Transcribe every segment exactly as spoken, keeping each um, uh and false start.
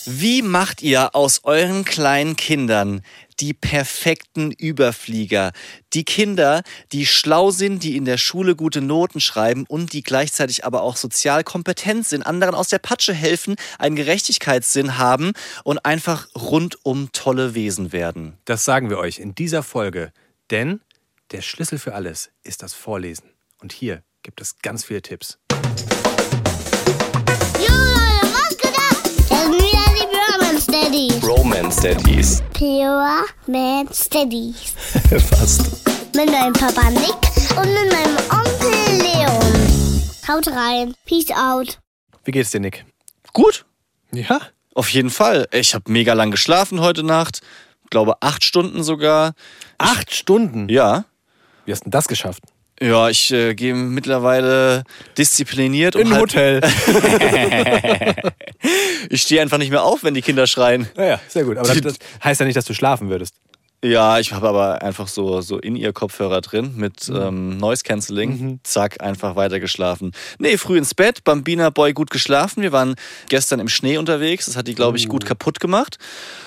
Wie macht ihr aus euren kleinen Kindern die perfekten Überflieger? Die Kinder, die schlau sind, die in der Schule gute Noten schreiben und die gleichzeitig aber auch sozial kompetent sind, anderen aus der Patsche helfen, einen Gerechtigkeitssinn haben und einfach rundum tolle Wesen werden. Das sagen wir euch in dieser Folge, denn der Schlüssel für alles ist das Vorlesen. Und hier gibt es ganz viele Tipps. Romance Daddies. Pure Man Steadies. Fast. Mit meinem Papa Nick und mit meinem Onkel Leon. Haut rein. Peace out. Wie geht's dir, Nick? Gut? Ja? Auf jeden Fall. Ich habe mega lang geschlafen heute Nacht. Glaube acht Stunden sogar. Acht ich, Stunden? Ja. Wie hast du denn das geschafft? Ja, ich äh, gehe mittlerweile diszipliniert. In ein halb... Hotel. Ich stehe einfach nicht mehr auf, wenn die Kinder schreien. Ja, ja, sehr gut. Aber das heißt ja nicht, dass du schlafen würdest. Ja, ich habe aber einfach so, so In-Ear-Kopfhörer drin mit mhm. ähm, Noise-Cancelling. Mhm. Zack, einfach weiter geschlafen. Nee, früh ins Bett, Bambina Boy gut geschlafen. Wir waren gestern im Schnee unterwegs. Das hat die, glaube ich, uh. gut kaputt gemacht.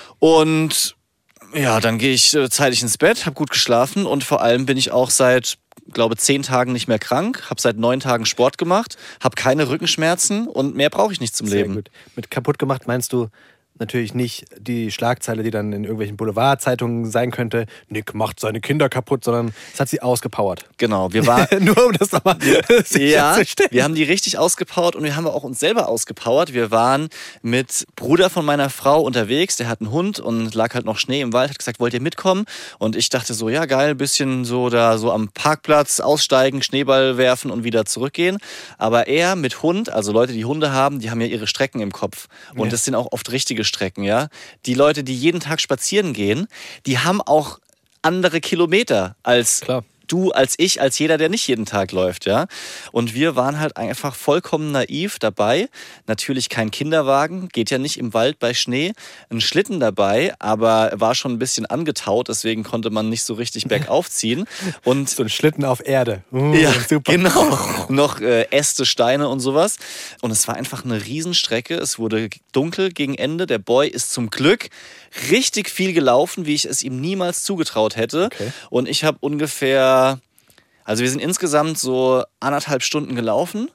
Und ja, dann gehe ich äh, zeitig ins Bett, habe gut geschlafen und vor allem bin ich auch seit, glaube zehn Tagen nicht mehr krank, habe seit neun Tagen Sport gemacht, habe keine Rückenschmerzen und mehr brauche ich nicht zum Sehr Leben. Gut. Mit kaputt gemacht meinst du natürlich nicht die Schlagzeile, die dann in irgendwelchen Boulevardzeitungen sein könnte, Nick macht seine Kinder kaputt, sondern es hat sie ausgepowert. Genau, wir waren... Nur um das nochmal Ja, wir haben die richtig ausgepowert und wir haben auch uns selber ausgepowert. Wir waren mit Bruder von meiner Frau unterwegs, der hat einen Hund und lag halt noch Schnee im Wald, hat gesagt, wollt ihr mitkommen? Und ich dachte so, ja geil, bisschen so da so am Parkplatz aussteigen, Schneeball werfen und wieder zurückgehen. Aber er mit Hund, also Leute, die Hunde haben, die haben ja ihre Strecken im Kopf. Und ja. das sind auch oft richtige Strecken, ja. Die Leute, die jeden Tag spazieren gehen, die haben auch andere Kilometer als Klar. du, als ich, als jeder, der nicht jeden Tag läuft, ja. Und wir waren halt einfach vollkommen naiv dabei. Natürlich kein Kinderwagen, geht ja nicht im Wald bei Schnee. Ein Schlitten dabei, aber war schon ein bisschen angetaut, deswegen konnte man nicht so richtig bergauf ziehen. Und so ein Schlitten auf Erde. Uh, ja, super. Genau. Noch äh, Äste, Steine und sowas. Und es war einfach eine Riesenstrecke. Es wurde dunkel gegen Ende. Der Boy ist zum Glück richtig viel gelaufen, wie ich es ihm niemals zugetraut hätte. Okay. Und ich habe ungefähr, also wir sind insgesamt so anderthalb Stunden gelaufen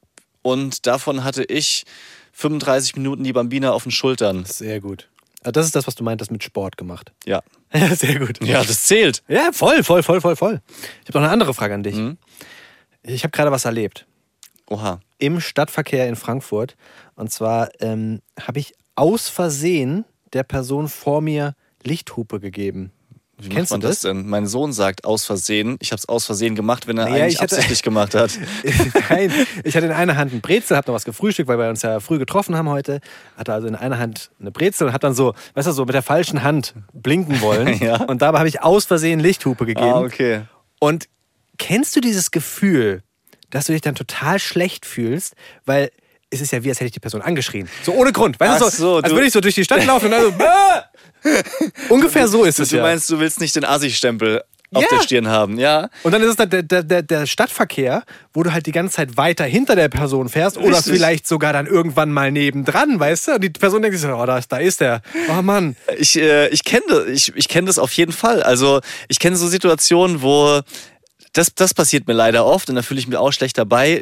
und davon hatte ich fünfunddreißig Minuten die Bambina auf den Schultern. Sehr gut. Das ist das, was du meintest mit Sport gemacht. Ja. Sehr gut. Ja, das zählt. Ja, voll, voll, voll, voll, voll. Ich habe noch eine andere Frage an dich. Mhm. Ich habe gerade was erlebt. Oha. Im Stadtverkehr in Frankfurt. Und zwar ähm, habe ich aus Versehen der Person vor mir Lichthupe gegeben. Wie Kennst macht man du das? das denn? Mein Sohn sagt aus Versehen. Ich habe es aus Versehen gemacht, wenn er Naja, eigentlich ich hatte- absichtlich gemacht hat. Nein, ich hatte in einer Hand ein Brezel, hab noch was gefrühstückt, weil wir uns ja früh getroffen haben heute. Hatte also in einer Hand eine Brezel und hat dann so, weißt du, so mit der falschen Hand blinken wollen. Ja. Und dabei habe ich aus Versehen Lichthupe gegeben. Ah, okay. Und kennst du dieses Gefühl, dass du dich dann total schlecht fühlst, weil es ist ja wie, als hätte ich die Person angeschrien. So ohne Grund. Weißt du, Ach so, so, als du- würde ich so durch die Stadt laufen und dann so, äh! Ungefähr so ist es Du ja. meinst, du willst nicht den Assi-Stempel auf Ja. der Stirn haben, ja? Und dann ist es dann der, der, der, der Stadtverkehr, wo du halt die ganze Zeit weiter hinter der Person fährst oder Richtig. vielleicht sogar dann irgendwann mal nebendran, weißt du? Und die Person denkt sich so, oh, da, da ist der. Oh Mann. Ich, äh, ich kenne das, ich, ich kenn das auf jeden Fall. Also ich kenne so Situationen, wo das, das passiert mir leider oft und da fühle ich mich auch schlecht dabei,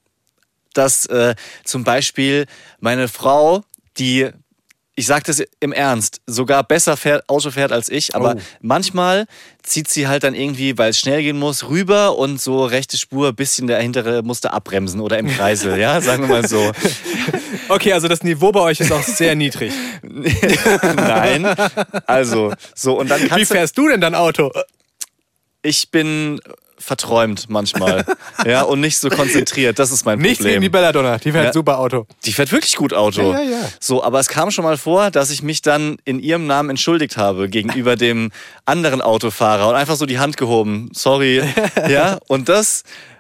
dass äh, zum Beispiel meine Frau, die, ich sage das im Ernst, sogar besser fährt, Auto fährt als ich, aber Oh. manchmal zieht sie halt dann irgendwie, weil es schnell gehen muss, rüber und so rechte Spur, bisschen der hintere musste abbremsen oder im Kreisel, ja, sagen wir mal so. Okay, also das Niveau bei euch ist auch sehr niedrig. Nein, also so und dann Wie kannst du, fährst du denn dein Auto? ich bin verträumt manchmal, ja, und nicht so konzentriert, das ist mein Nichts Problem. gegen die Belladonna, die fährt Ja. super Auto. Die fährt wirklich gut Auto. Ja, ja, ja. So, aber es kam schon mal vor, dass ich mich dann in ihrem Namen entschuldigt habe gegenüber dem anderen Autofahrer und einfach so die Hand gehoben. Sorry. Ja, und das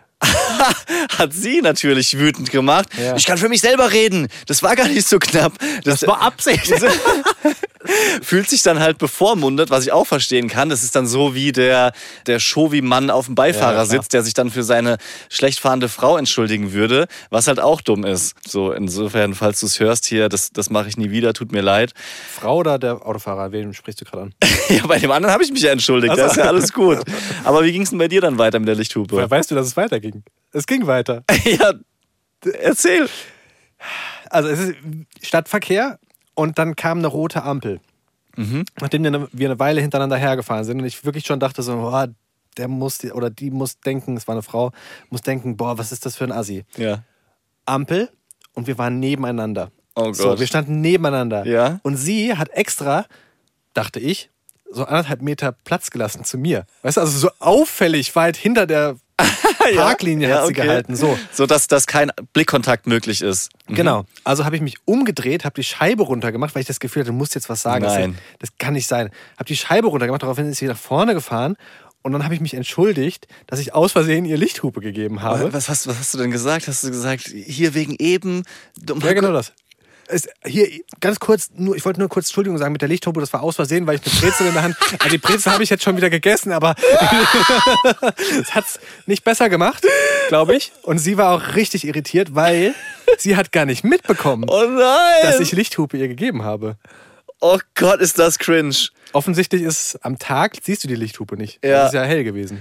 hat sie natürlich wütend gemacht. Ja. Ich kann für mich selber reden. Das war gar nicht so knapp. Das war Absicht. fühlt sich dann halt bevormundet, was ich auch verstehen kann. Das ist dann so wie der, der Shovi-Mann auf dem Beifahrersitz, der sich dann für seine schlecht fahrende Frau entschuldigen würde, was halt auch dumm ist. So, insofern, falls du es hörst hier, das, das mache ich nie wieder, tut mir leid. Frau oder der Autofahrer, wen sprichst du gerade an? Ja, bei dem anderen habe ich mich ja entschuldigt, Also. da ist ja alles gut. Aber wie ging es denn bei dir dann weiter mit der Lichthupe? Woher weißt du, dass es weiterging? Es ging weiter. Ja, erzähl. Also es ist Stadtverkehr und dann kam eine rote Ampel. Mhm. Nachdem wir eine, wir eine Weile hintereinander hergefahren sind und ich wirklich schon dachte so, boah, der muss, oder die muss denken, es war eine Frau, muss denken, boah, was ist das für ein Assi? Ja. Ampel und wir waren nebeneinander. Oh Gott. So, wir standen nebeneinander. Ja. Und sie hat extra, dachte ich, so anderthalb Meter Platz gelassen zu mir. Weißt du, also so auffällig weit hinter der Parklinie ja, hat sie okay. gehalten. So, So, dass, dass kein Blickkontakt möglich ist. Mhm. genau. Also habe ich mich umgedreht, habe die Scheibe runtergemacht, weil ich das Gefühl hatte, du musst jetzt was sagen. Nein. Das, das kann nicht sein. Habe die Scheibe runtergemacht, daraufhin ist sie nach vorne gefahren und dann habe ich mich entschuldigt, dass ich aus Versehen ihr Lichthupe gegeben habe. Was hast, was hast du denn gesagt? Hast du gesagt, hier wegen eben? Ja, genau das. Es, hier, ganz kurz, nur, ich wollte nur kurz Entschuldigung sagen mit der Lichthupe, das war aus Versehen, weil ich eine Brezel in der Hand, also die Brezel habe ich jetzt schon wieder gegessen, aber es hat's nicht besser gemacht, glaube ich. Und sie war auch richtig irritiert, weil sie hat gar nicht mitbekommen, Oh nein! dass ich Lichthupe ihr gegeben habe. Oh Gott, ist das cringe. Offensichtlich ist am Tag, siehst du die Lichthupe nicht. Ja. Das ist ja hell gewesen.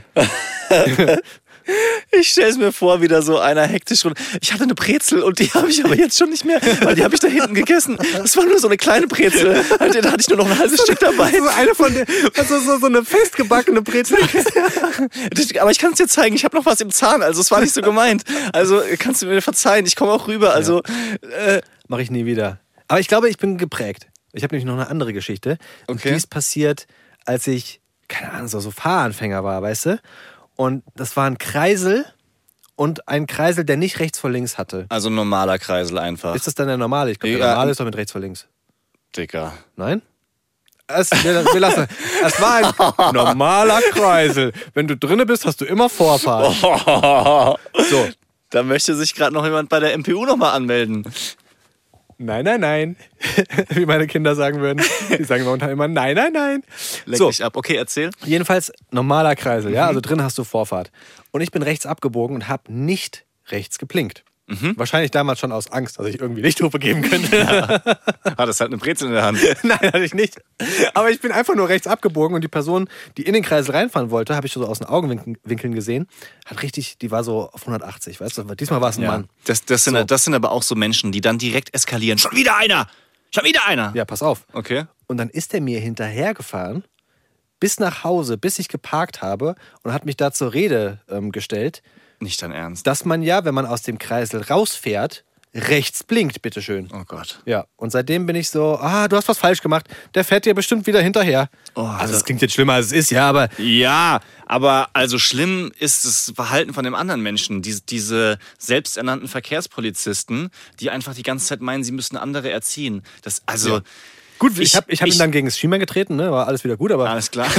Ich stell's mir vor, wieder so einer hektisch runter. Ich hatte eine Brezel und die habe ich aber jetzt schon nicht mehr, weil die habe ich da hinten gegessen. Das war nur so eine kleine Brezel. Da hatte ich nur noch ein halbes Stück dabei. So eine von der, also so, so eine festgebackene Brezel. Aber ich kann es dir zeigen, ich habe noch was im Zahn, also es war nicht so gemeint. Also kannst du mir verzeihen, ich komme auch rüber. Also äh, Mache ich nie wieder. Aber ich glaube, ich bin geprägt. Ich habe nämlich noch eine andere Geschichte. Und Okay. die ist passiert, als ich, keine Ahnung, so, so Fahranfänger war, weißt du? Und das war ein Kreisel und ein Kreisel, der nicht rechts vor links hatte. also ein normaler Kreisel einfach. Ist das dann der normale? Ich glaube, der Ja. normale ist doch mit rechts vor links. Dicker. Nein? Es, wir, wir lassen. Es war ein normaler Kreisel. Wenn du drinne bist, hast du immer Vorfahrt. So. Da möchte sich gerade noch jemand bei der M P U nochmal anmelden. Nein, nein, nein. Wie meine Kinder sagen würden. Die sagen momentan immer nein, nein, nein. Leck So. mich ab. Okay, erzähl. Jedenfalls normaler Kreisel, ja, also drin hast du Vorfahrt. Und ich bin rechts abgebogen und habe nicht rechts geblinkt. Wahrscheinlich damals schon aus Angst, dass ich irgendwie Lichthupe geben könnte. Ah, das hat eine Brezel in der Hand. Nein, hatte ich nicht. Aber ich bin einfach nur rechts abgebogen und die Person, die in den Kreisel reinfahren wollte, habe ich so aus den Augenwinkeln gesehen, hat richtig, die war so auf hundertachtzig, weißt du, diesmal war es ein Mann. Das, das, sind, So. das sind aber auch so Menschen, die dann direkt eskalieren. Schon wieder einer! Schon wieder einer! Ja, pass auf. Okay. Und dann ist er mir hinterhergefahren, bis nach Hause, bis ich geparkt habe und hat mich da zur Rede ähm, gestellt, Nicht dein Ernst. dass man ja, wenn man aus dem Kreisel rausfährt, rechts blinkt, bitteschön. Oh Gott. Ja, und seitdem bin ich so, ah, du hast was falsch gemacht, der fährt dir bestimmt wieder hinterher. Oh, also das klingt jetzt schlimmer, als es ist, ja, aber Ja, aber also schlimm ist das Verhalten von dem anderen Menschen. Diese, diese selbsternannten Verkehrspolizisten, die einfach die ganze Zeit meinen, sie müssen andere erziehen. Das, also, Ja. gut, ich, Ich- habe ich hab ich- ihn dann gegen das Schienbein getreten, ne? War alles wieder gut, aber alles klar.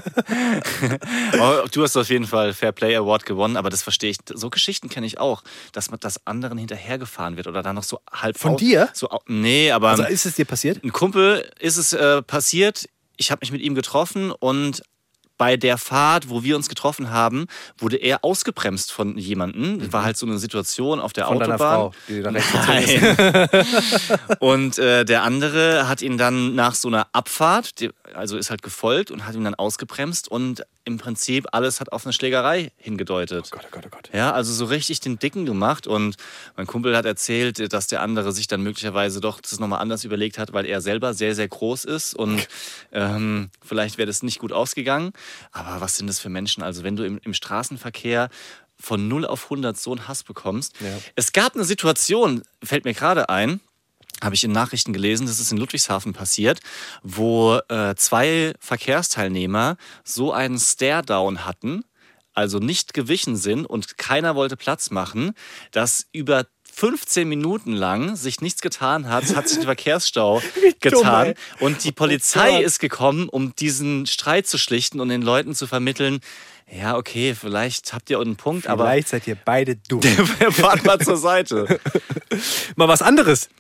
Oh, du hast auf jeden Fall Fair Play Award gewonnen, aber das verstehe ich. So Geschichten kenne ich auch, dass man das anderen hinterhergefahren wird oder da noch so halb Von auf- dir? So, au- nee, aber also ist es dir passiert? ein Kumpel ist es äh, passiert. Ich habe mich mit ihm getroffen und bei der Fahrt, wo wir uns getroffen haben, wurde er ausgebremst von jemandem. Das war halt so eine Situation auf der Von deiner Autobahn. Frau, die da rechts gezogen ist. Nein. Und äh, der andere hat ihn dann nach so einer Abfahrt, die, also ist halt gefolgt und hat ihn dann ausgebremst und im Prinzip alles hat auf eine Schlägerei hingedeutet. Oh Gott, oh Gott, oh Gott. Ja, also so richtig den Dicken gemacht und mein Kumpel hat erzählt, dass der andere sich dann möglicherweise doch das nochmal anders überlegt hat, weil er selber sehr, sehr groß ist und ähm, vielleicht wäre das nicht gut ausgegangen. Aber was sind das für Menschen? Also wenn du im, im Straßenverkehr von null auf hundert so einen Hass bekommst. Ja. Es gab eine Situation, fällt mir gerade ein, habe ich in Nachrichten gelesen, das ist in Ludwigshafen passiert, wo äh, zwei Verkehrsteilnehmer so einen Stare-Down hatten, also nicht gewichen sind und keiner wollte Platz machen, dass über fünfzehn Minuten lang sich nichts getan hat, es hat sich ein Verkehrsstau getan ey. und die Polizei Gott. ist gekommen, um diesen Streit zu schlichten und den Leuten zu vermitteln, ja okay, vielleicht habt ihr einen Punkt, aber Vielleicht seid ihr beide dumm. fahrt mal zur Seite. Mal was anderes.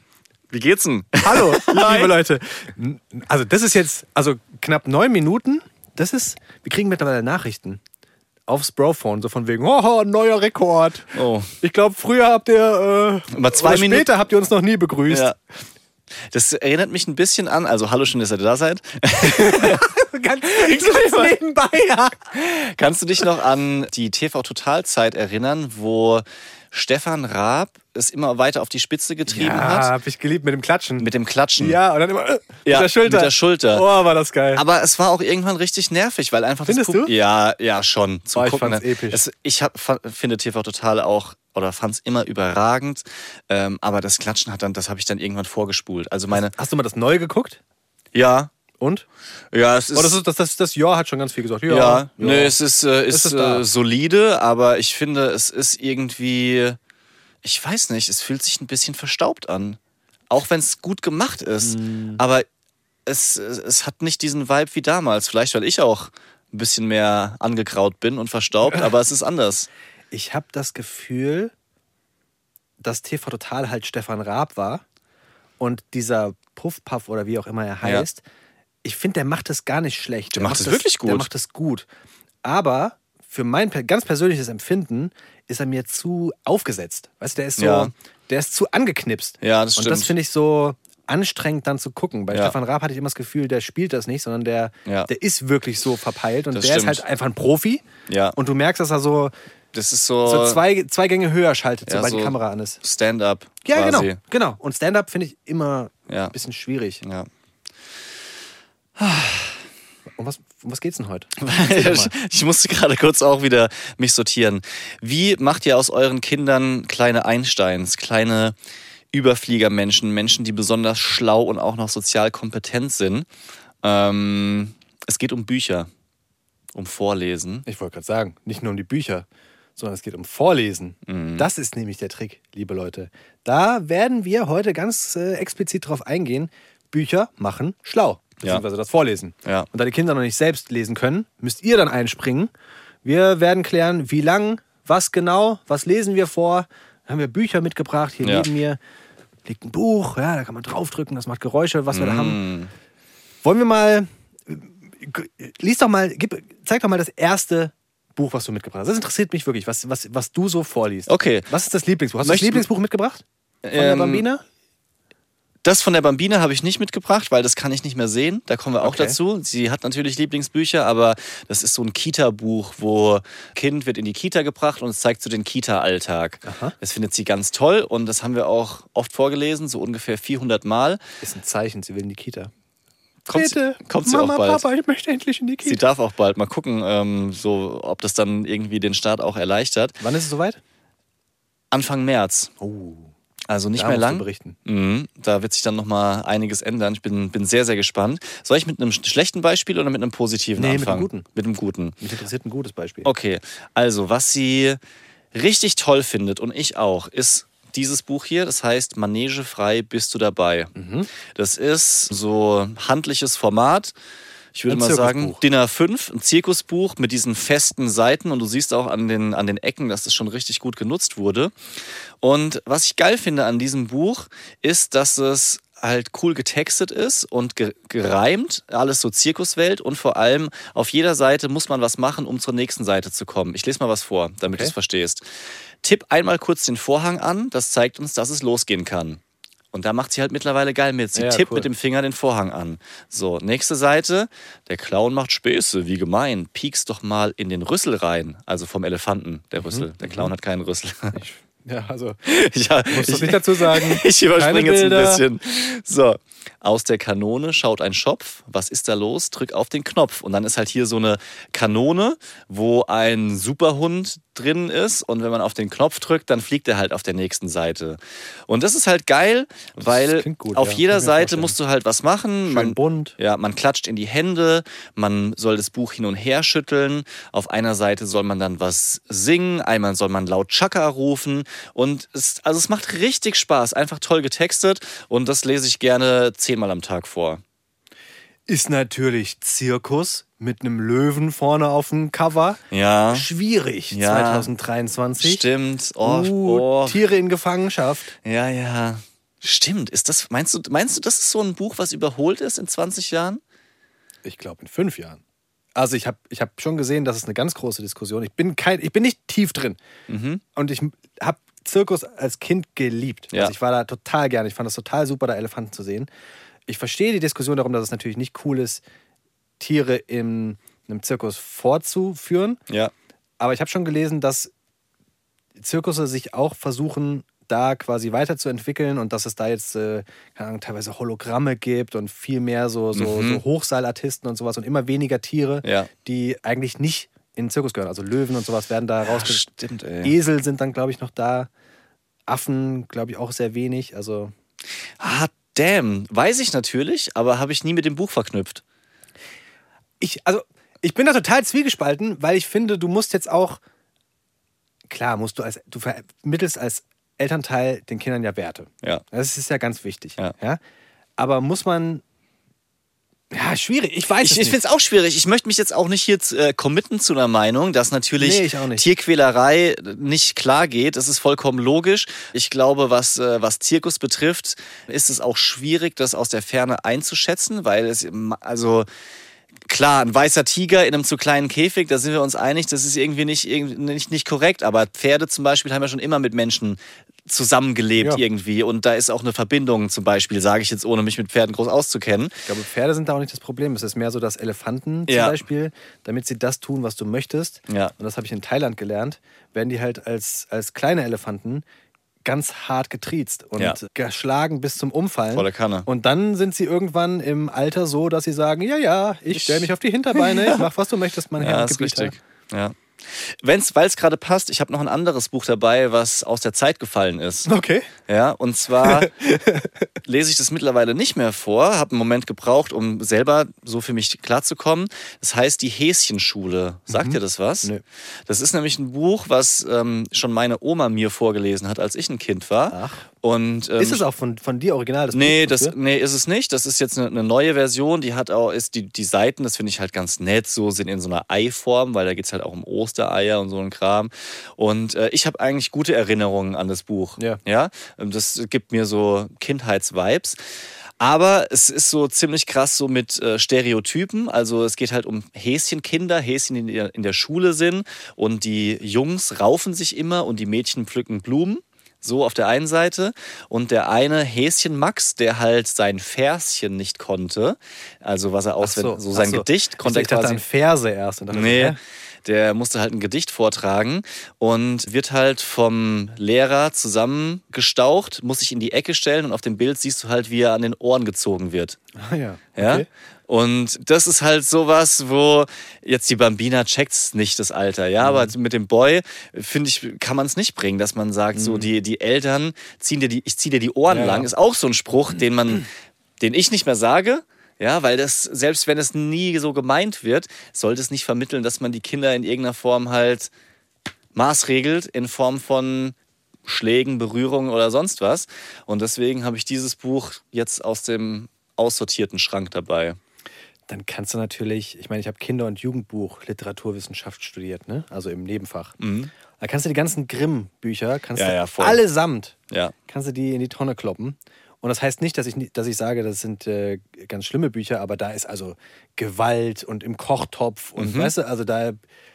Wie geht's denn? Hallo, liebe Leute. Also das ist jetzt, also knapp neun Minuten. Das ist, wir kriegen mittlerweile Nachrichten aufs Brophone, so von wegen, oh, neuer Rekord. Oh. Ich glaube, früher habt ihr, äh, Mal zwei oder Minuten- später habt ihr uns noch nie begrüßt. Ja. Das erinnert mich ein bisschen an, also hallo, schön, dass ihr da seid. Ganz, ganz nebenbei, ja. Kannst du dich noch an die T V-Total-Zeit erinnern, wo Stefan Raab es immer weiter auf die Spitze getrieben Ja, hat? hab ich geliebt mit dem Klatschen. Mit dem Klatschen. Ja, und dann immer äh, Ja, mit der Schulter. mit der Schulter. Oh, war das geil. Aber es war auch irgendwann richtig nervig, weil einfach Findest das Pub- du? Ja, ja, schon. Zum Oh, ich Gucken. fand's episch. Es, ich hab, fa- finde T V Total auch, oder fand es immer überragend. Ähm, aber das Klatschen hat dann, das habe ich dann irgendwann vorgespult. Also meine, Hast du mal das Neue geguckt? ja, Und? ja, es ist. Oh, das, ist das, das, das Jahr hat schon ganz viel gesagt. Ja, Ja, nee, es ist, äh, ist, ist da. äh, solide, aber ich finde, es ist irgendwie, ich weiß nicht, es fühlt sich ein bisschen verstaubt an. Auch wenn es gut gemacht ist. Mm. Aber es, es hat nicht diesen Vibe wie damals. Vielleicht, weil ich auch ein bisschen mehr angekraut bin und verstaubt, aber es ist anders. Ich habe das Gefühl, dass T V Total halt Stefan Raab war und dieser Puff-Puff oder wie auch immer er heißt, ich finde, der macht das gar nicht schlecht. Der macht es wirklich gut. Der macht es gut. Aber für mein per- ganz persönliches Empfinden ist er mir zu aufgesetzt. Weißt du, der ist so, Ja. der ist zu angeknipst. Ja, das Und stimmt. das finde ich so anstrengend dann zu gucken. Bei Ja. Stefan Raab hatte ich immer das Gefühl, der spielt das nicht, sondern der, Ja. der ist wirklich so verpeilt und Das der stimmt. ist halt einfach ein Profi. Ja. Und du merkst, dass er so, Das ist so, so zwei, zwei Gänge höher schaltet, Ja, sobald so die Kamera an ist. Stand-up Ja, quasi. genau, genau. Und Stand-up finde ich immer Ja. ein bisschen schwierig. Ja. Um was, um was geht's denn heute? ich, ich musste gerade kurz auch wieder mich sortieren. Wie macht ihr aus euren Kindern kleine Einsteins, kleine Überfliegermenschen, Menschen, die besonders schlau und auch noch sozial kompetent sind? Ähm, es geht um Bücher, um Vorlesen. Ich wollte gerade sagen, nicht nur um die Bücher, sondern es geht um Vorlesen. Mhm. Das ist nämlich der Trick, liebe Leute. Da werden wir heute ganz äh, explizit drauf eingehen. Bücher machen schlau, beziehungsweise das Vorlesen. Ja. Und da die Kinder noch nicht selbst lesen können, müsst ihr dann einspringen. Wir werden klären, wie lang, was genau, was lesen wir vor. Da haben wir Bücher mitgebracht. Hier Ja. neben mir liegt ein Buch, ja, da kann man draufdrücken, das macht Geräusche, was wir da haben. Mm. Wollen wir mal, lies doch mal, gib, zeig doch mal das erste Buch, was du mitgebracht hast. Das interessiert mich wirklich, was, was, was du so vorliest. Okay. Was ist das Lieblingsbuch? Hast du das Möchten- Lieblingsbuch mitgebracht? Von der Ähm, Bambina? Das von der Bambina habe ich nicht mitgebracht, weil das kann ich nicht mehr sehen. Da kommen wir auch Okay. dazu. Sie hat natürlich Lieblingsbücher, aber das ist so ein Kita-Buch, wo Kind wird in die Kita gebracht und es zeigt so den Kita-Alltag. Aha. Das findet sie ganz toll und das haben wir auch oft vorgelesen, so ungefähr vierhundert Mal. Ist ein Zeichen, sie will in die Kita. Kommt, Bitte, sie, kommt sie Mama, auch bald. Papa, ich möchte endlich in die Sie Kita. darf auch bald. Mal gucken, ähm, so, ob das dann irgendwie den Start auch erleichtert. Wann ist es soweit? Anfang März. Oh, Also nicht da mehr musst du lang. berichten. Mhm, da wird sich dann nochmal einiges ändern. Ich bin, bin sehr, sehr gespannt. Soll ich mit einem schlechten Beispiel oder mit einem positiven Nee, mit anfangen? einem guten. Mit einem guten. Mich interessiert ein gutes Beispiel. Okay, also was sie richtig toll findet und ich auch, ist dieses Buch hier. Das heißt Manegefrei bist du dabei. Mhm. Das ist so handliches Format. Ich würde Ein mal sagen, Zirkusbuch. D I N A fünf, ein Zirkusbuch mit diesen festen Seiten und du siehst auch an den, an den Ecken, dass das schon richtig gut genutzt wurde. Und was ich geil finde an diesem Buch, ist, dass es halt cool getextet ist und ge gereimt, alles so Zirkuswelt und vor allem auf jeder Seite muss man was machen, um zur nächsten Seite zu kommen. Ich lese mal was vor, damit Okay. du es verstehst. Tipp einmal kurz den Vorhang an, das zeigt uns, dass es losgehen kann. Und da macht sie halt mittlerweile geil mit. Sie Ja, tippt cool. mit dem Finger den Vorhang an. So, nächste Seite. Der Clown macht Späße, wie gemein. Piekst doch mal in den Rüssel rein. Also vom Elefanten, der Rüssel. Der Clown hat keinen Rüssel. Ja, also, ja, musst du nicht dazu sagen. ich überspringe Keine jetzt ein Bilder. bisschen. So, aus der Kanone schaut ein Schopf. Was ist da los? Drück auf den Knopf. Und dann ist halt hier so eine Kanone, wo ein Superhund drin ist. Und wenn man auf den Knopf drückt, dann fliegt er halt auf der nächsten Seite. Und das ist halt geil, weil klingt gut, auf ja. jeder Kann ich mir Seite vorstellen. musst du halt was machen. Schön Man, bunt. ja, man klatscht in die Hände, man soll das Buch hin und her schütteln. Auf einer Seite soll man dann was singen, einmal soll man laut Chaka rufen. Und es, also es macht richtig Spaß, einfach toll getextet. Und das lese ich gerne zehnmal am Tag vor. Ist natürlich Zirkus mit einem Löwen vorne auf dem Cover. Ja, Schwierig, Ja. zwanzig dreiundzwanzig. stimmt. Oh, Uh, oh. Tiere in Gefangenschaft. Ja, ja. Stimmt, ist das, meinst du, meinst du, das ist so ein Buch, was überholt ist in zwanzig Jahren? Ich glaube in fünf Jahren. Also ich habe ich hab schon gesehen, das ist eine ganz große Diskussion. Ich bin, kein, ich bin nicht tief drin. Mhm. Und ich habe Zirkus als Kind geliebt. Ja. Also ich war da total gern. Ich fand das total super, da Elefanten zu sehen. Ich verstehe die Diskussion darum, dass es natürlich nicht cool ist, Tiere in einem Zirkus vorzuführen. Ja. Aber ich habe schon gelesen, dass Zirkusse sich auch versuchen, da quasi weiterzuentwickeln und dass es da jetzt äh, keine Ahnung, teilweise Hologramme gibt und viel mehr so, so, Mhm. so Hochseilartisten und sowas und immer weniger Tiere, Ja. die eigentlich nicht in den Zirkus gehören. Also Löwen und sowas werden da rausgeschickt. Stimmt, ey. Esel sind dann, glaube ich, noch da. Affen, glaube ich, auch sehr wenig. Also Ah, damn. Weiß ich natürlich, aber habe ich nie mit dem Buch verknüpft. ich, also ich bin da total zwiegespalten, weil ich finde, du musst jetzt auch, klar, musst du als, du vermittelst als Elternteil den Kindern ja Werte. Ja. Das ist ja ganz wichtig. Ja. Ja? Aber muss man, ja, schwierig, ich weiß Ich, es ich nicht. finde es auch schwierig. Ich möchte mich jetzt auch nicht hier äh, committen zu einer Meinung, dass natürlich Nee, ich auch nicht. Tierquälerei nicht klar geht. Das ist vollkommen logisch. Ich glaube, was, äh, was Zirkus betrifft, ist es auch schwierig, das aus der Ferne einzuschätzen, weil es, also klar, ein weißer Tiger in einem zu kleinen Käfig, da sind wir uns einig, das ist irgendwie nicht, nicht, nicht korrekt. Aber Pferde zum Beispiel haben ja schon immer mit Menschen zusammengelebt Ja. irgendwie. Und da ist auch eine Verbindung zum Beispiel, sage ich jetzt, ohne mich mit Pferden groß auszukennen. Ich glaube, Pferde sind da auch nicht das Problem. Es ist mehr so, dass Elefanten zum Ja. Beispiel, damit sie das tun, was du möchtest, Ja. und das habe ich in Thailand gelernt, werden die halt als, als kleine Elefanten ganz hart getriezt und Ja. geschlagen bis zum Umfallen. Volle Kanne. Und dann sind sie irgendwann im Alter so, dass sie sagen, ja, ja, ich stelle mich auf die Hinterbeine, ich mach, was du möchtest, mein Herr Ja, und ist Gebieter. richtig. Ja. Weil es gerade passt, ich habe noch ein anderes Buch dabei, was aus der Zeit gefallen ist. Okay. Ja, und zwar lese ich das mittlerweile nicht mehr vor, habe einen Moment gebraucht, um selber so für mich klarzukommen. Das heißt die Häschenschule. Sagt dir das was? Nö. Das ist nämlich ein Buch, was ähm, schon meine Oma mir vorgelesen hat, als ich ein Kind war. Ach. Und, ähm, Ist es auch von, von dir original? Das Nee, Buch das, dafür? nee, ist es nicht. Das ist jetzt eine, eine neue Version. Die hat auch, ist die, die Seiten, das finde ich halt ganz nett, so sind in so einer Eiform, weil da geht es halt auch um Ostereier und so ein Kram. Und äh, ich habe eigentlich gute Erinnerungen an das Buch. Ja. Ja? Das gibt mir so Kindheitsvibes. Aber es ist so ziemlich krass so mit äh, Stereotypen. Also es geht halt um Häschenkinder, Häschen, die in der Schule sind. Und die Jungs raufen sich immer und die Mädchen pflücken Blumen. So auf der einen Seite. Und der eine Häschen Max, der halt sein Verschen nicht konnte. Also was er auswendig, so, ach sein Gedicht konnte ich er dachte quasi. an Verse erst. Und dachte, Nee, hä? der musste halt ein Gedicht vortragen und wird halt vom Lehrer zusammengestaucht, muss sich in die Ecke stellen und auf dem Bild siehst du halt, wie er an den Ohren gezogen wird. Ah ja, Ja? okay. Und das ist halt sowas, wo jetzt die Bambina checkt's nicht, das Alter, ja, Mhm. aber mit dem Boy, finde ich, kann man es nicht bringen, dass man sagt, so die, die Eltern ziehen dir die, ich zieh dir die Ohren Mhm. Ja, lang, ja. ist auch so ein Spruch, den man, den ich nicht mehr sage. Ja, weil das, selbst wenn es nie so gemeint wird, sollte es nicht vermitteln, dass man die Kinder in irgendeiner Form halt maßregelt, in Form von Schlägen, Berührungen oder sonst was. Und deswegen habe ich dieses Buch jetzt aus dem aussortierten Schrank dabei. Dann kannst du natürlich, ich meine, ich habe Kinder- und Jugendbuch Literaturwissenschaft studiert, ne? Also im Nebenfach. Da kannst du die ganzen Grimm-Bücher, kannst Ja, du ja, voll. allesamt, Ja. kannst du die in die Tonne kloppen. Und das heißt nicht, dass ich, ni- dass ich sage, das sind äh, ganz schlimme Bücher, aber da ist also Gewalt und im Kochtopf und Mhm. weißt du, also da,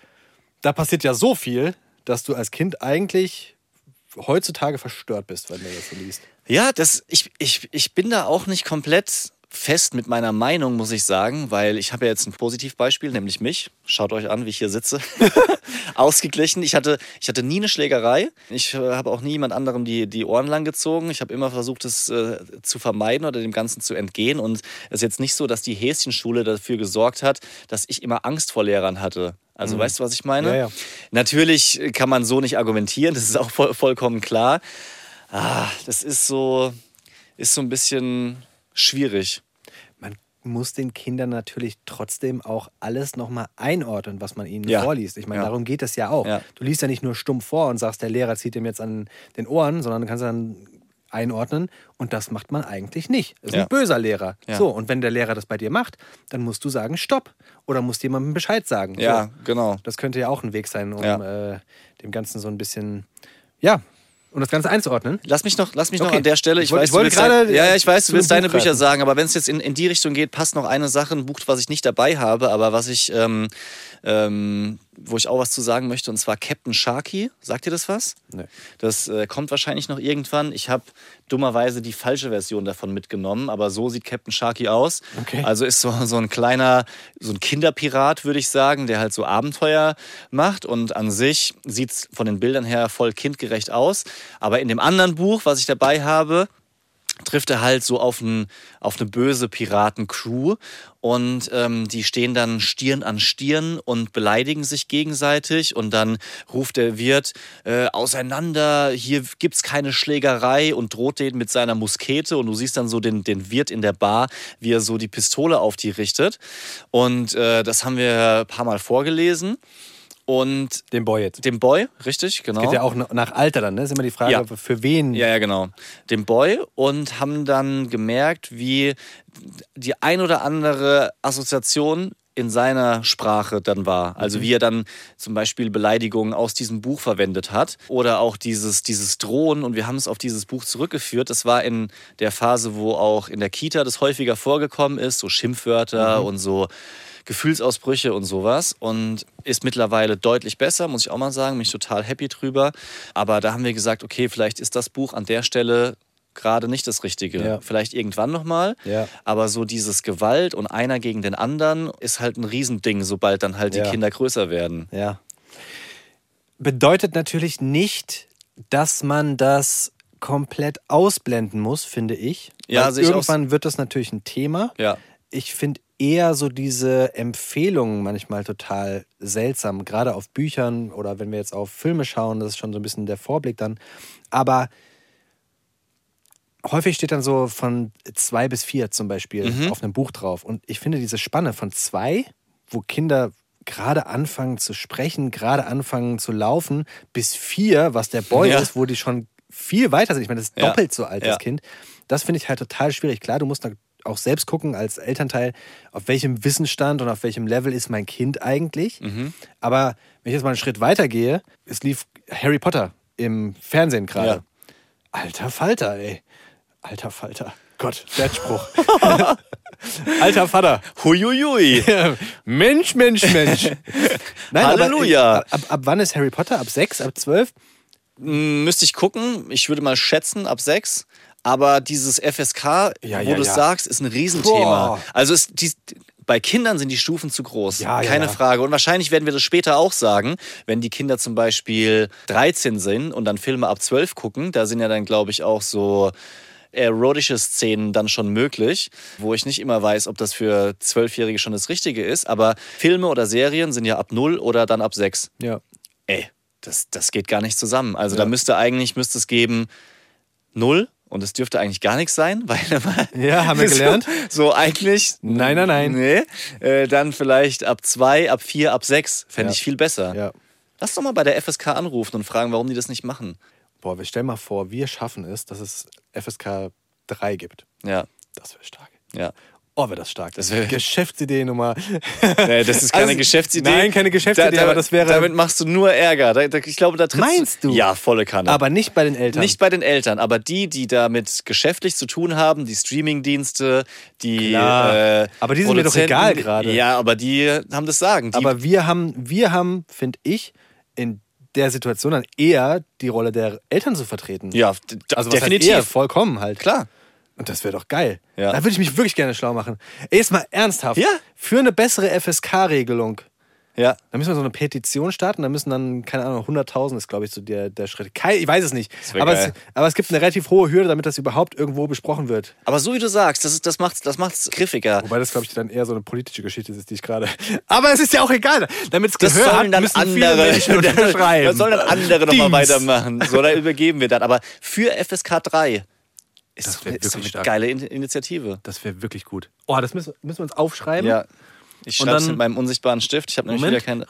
da passiert ja so viel, dass du als Kind eigentlich heutzutage verstört bist, wenn du das so liest. Ja, das, ich, ich, ich bin da auch nicht komplett fest mit meiner Meinung, muss ich sagen, weil ich habe ja jetzt ein Positivbeispiel, nämlich mich. Schaut euch an, wie ich hier sitze. Ausgeglichen. Ich hatte, ich hatte nie eine Schlägerei. Ich äh, habe auch nie jemand anderem die, die Ohren lang gezogen. Ich habe immer versucht, es äh, zu vermeiden oder dem Ganzen zu entgehen. Und es ist jetzt nicht so, dass die Häschenschule dafür gesorgt hat, dass ich immer Angst vor Lehrern hatte. Also weißt du, was ich meine? Ja, ja. Natürlich kann man so nicht argumentieren, das ist auch voll, vollkommen klar. Ah, das ist so, ist so ein bisschen schwierig. Man muss den Kindern natürlich trotzdem auch alles nochmal einordnen, was man ihnen Ja. vorliest. Ich meine, Ja. darum geht es ja auch. Ja. Du liest ja nicht nur stumpf vor und sagst, der Lehrer zieht ihm jetzt an den Ohren, sondern du kannst dann einordnen und das macht man eigentlich nicht. Das ist Ja. ein böser Lehrer. Ja. So, und wenn der Lehrer das bei dir macht, dann musst du sagen, stopp. Oder musst jemandem Bescheid sagen. Ja, So. genau. Das könnte ja auch ein Weg sein, um Ja. äh, dem Ganzen so ein bisschen, ja, Um das Ganze einzuordnen? Lass mich noch, lass mich Okay. noch an der Stelle. Ich, Ich wollte- weiß, ich wollte du willst gerade, dein, ja, ja, ich weiß, zu du willst dem deine Buch Bücher greifen. sagen, aber wenn es jetzt in, in die Richtung geht, passt noch eine Sache, ein Buch, was ich nicht dabei habe, aber was ich, ähm, ähm, wo ich auch was zu sagen möchte, und zwar Captain Sharky. Sagt ihr das was? Nee. Das äh, kommt wahrscheinlich noch irgendwann. Ich habe dummerweise die falsche Version davon mitgenommen, aber so sieht Captain Sharky aus. Okay. Also ist so, so ein kleiner, so ein Kinderpirat, würde ich sagen, der halt so Abenteuer macht, und an sich sieht es von den Bildern her voll kindgerecht aus. Aber in dem anderen Buch, was ich dabei habe, trifft er halt so auf, ein, auf eine böse Piratencrew, und ähm, die stehen dann Stirn an Stirn und beleidigen sich gegenseitig, und dann ruft der Wirt äh, auseinander, hier gibt's keine Schlägerei, und droht denen mit seiner Muskete, und du siehst dann so den, den Wirt in der Bar, wie er so die Pistole auf die richtet, und äh, das haben wir ein paar Mal vorgelesen. Und Den Boy jetzt. dem Boy, richtig, genau. Geht ja auch nach Alter dann, ne? Ist immer die Frage, Ja. für wen. Ja, ja, genau. Dem Boy, und haben dann gemerkt, wie die ein oder andere Assoziation in seiner Sprache dann war. Also wie er dann zum Beispiel Beleidigungen aus diesem Buch verwendet hat oder auch dieses, dieses Drohen, und wir haben es auf dieses Buch zurückgeführt. Das war in der Phase, wo auch in der Kita das häufiger vorgekommen ist, so Schimpfwörter Mhm. und so Gefühlsausbrüche und sowas, und ist mittlerweile deutlich besser, muss ich auch mal sagen, bin ich total happy drüber. Aber da haben wir gesagt, okay, vielleicht ist das Buch an der Stelle gerade nicht das Richtige. Ja. Vielleicht irgendwann nochmal, Ja. aber so dieses Gewalt und einer gegen den anderen ist halt ein Riesending, sobald dann halt die Ja. Kinder größer werden. Ja. Bedeutet natürlich nicht, dass man das komplett ausblenden muss, finde ich. Ja, Weil sehe ich auch. irgendwann wird das natürlich ein Thema. Ja. Ich finde eher so diese Empfehlungen manchmal total seltsam, gerade auf Büchern oder wenn wir jetzt auf Filme schauen, das ist schon so ein bisschen der Vorblick dann. Aber häufig steht dann so von zwei bis vier zum Beispiel Mhm. auf einem Buch drauf. Und ich finde diese Spanne von zwei, wo Kinder gerade anfangen zu sprechen, gerade anfangen zu laufen, bis vier, was der Boy Ja. ist, wo die schon viel weiter sind. Ich meine, das ist Ja. doppelt so alt, Ja. das Kind. Das finde ich halt total schwierig. Klar, du musst da auch selbst gucken als Elternteil, auf welchem Wissensstand und auf welchem Level ist mein Kind eigentlich. Mhm. Aber wenn ich jetzt mal einen Schritt weiter gehe, es lief Harry Potter im Fernsehen gerade. Ja. Alter Falter, ey. Alter Falter. Gott, der Spruch. Alter Vater. Huiuiui. Mensch, Mensch, Mensch. Nein, Halleluja. Aber, ab, ab, ab wann ist Harry Potter? Ab sechs, ab zwölf? M, Müsste ich gucken. Ich würde mal schätzen, ab sechs. Aber dieses F S K, Ja, wo ja, du es ja. sagst, ist ein Riesenthema. Boah. Also es, die, bei Kindern sind die Stufen zu groß. Ja, ja, Keine ja. Frage. Und wahrscheinlich werden wir das später auch sagen, wenn die Kinder zum Beispiel dreizehn sind und dann Filme ab zwölf gucken. Da sind ja dann, glaube ich, auch so erotische Szenen dann schon möglich, wo ich nicht immer weiß, ob das für Zwölfjährige schon das Richtige ist. Aber Filme oder Serien sind ja ab null oder dann ab sechs. Ja. Ey, das, das geht gar nicht zusammen. Also Ja. da müsste eigentlich, müsste es geben null, und es dürfte eigentlich gar nichts sein, weil Ja, haben wir gelernt. So, so eigentlich. Nein, nein, nein. Nee. Äh, dann vielleicht ab zwei, ab vier, ab sechs. Fände Ja. ich viel besser. Ja. Lass doch mal bei der F S K anrufen und fragen, warum die das nicht machen. Boah, wir stellen mal vor, wir schaffen es, dass es F S K drei gibt. Ja, Das wäre stark. ja. Oh, wäre das stark. Das wär- Geschäftsidee Nummer. Nee, das ist keine Also, Geschäftsidee. nein, keine Geschäftsidee, aber das wäre- Damit machst du nur Ärger. Da, da, ich glaube, da trittst Meinst du? Ja, volle Kanne. Aber nicht bei den Eltern. Nicht bei den Eltern, aber die, die damit geschäftlich zu tun haben, die Streamingdienste, die Klar. äh, Aber die sind mir doch Produzenten, egal gerade. Ja, aber die haben das Sagen. Die, Aber wir haben, wir haben, finde ich, in der Situation dann eher die Rolle der Eltern zu vertreten. ja, d- d- Also was definitiv. Heißt eher, vollkommen halt. Klar. Und das wäre doch geil. Ja. Da würde ich mich wirklich gerne schlau machen. Ey, jetzt mal ernsthaft. Ja. Für eine bessere F S K-Regelung. Ja. Da müssen wir so eine Petition starten. Da müssen dann, keine Ahnung, hunderttausend ist, glaube ich, so der, der Schritt. Kein, ich weiß es nicht. wär Aber es, geil. aber es gibt eine relativ hohe Hürde, damit das überhaupt irgendwo besprochen wird. Aber so wie du sagst, das, ist, das macht es das macht's griffiger. Wobei das, glaube ich, dann eher so eine politische Geschichte ist, die ich gerade. Aber es ist ja auch egal. Damit es Das Gehör sollen hat, dann müssen viele andere, Menschen unterschreiben. das sollen dann andere nochmal Dings. weitermachen. So, da übergeben wir dann. Aber für F S K drei ist Das doch wär eine, ist doch wirklich eine stark. geile In Initiative. Das wäre wirklich gut. Oh, das müssen, müssen wir uns aufschreiben. Ja. Ich Und schreibe es dann- mit meinem unsichtbaren Stift. Ich habe nämlich Moment. wieder keine.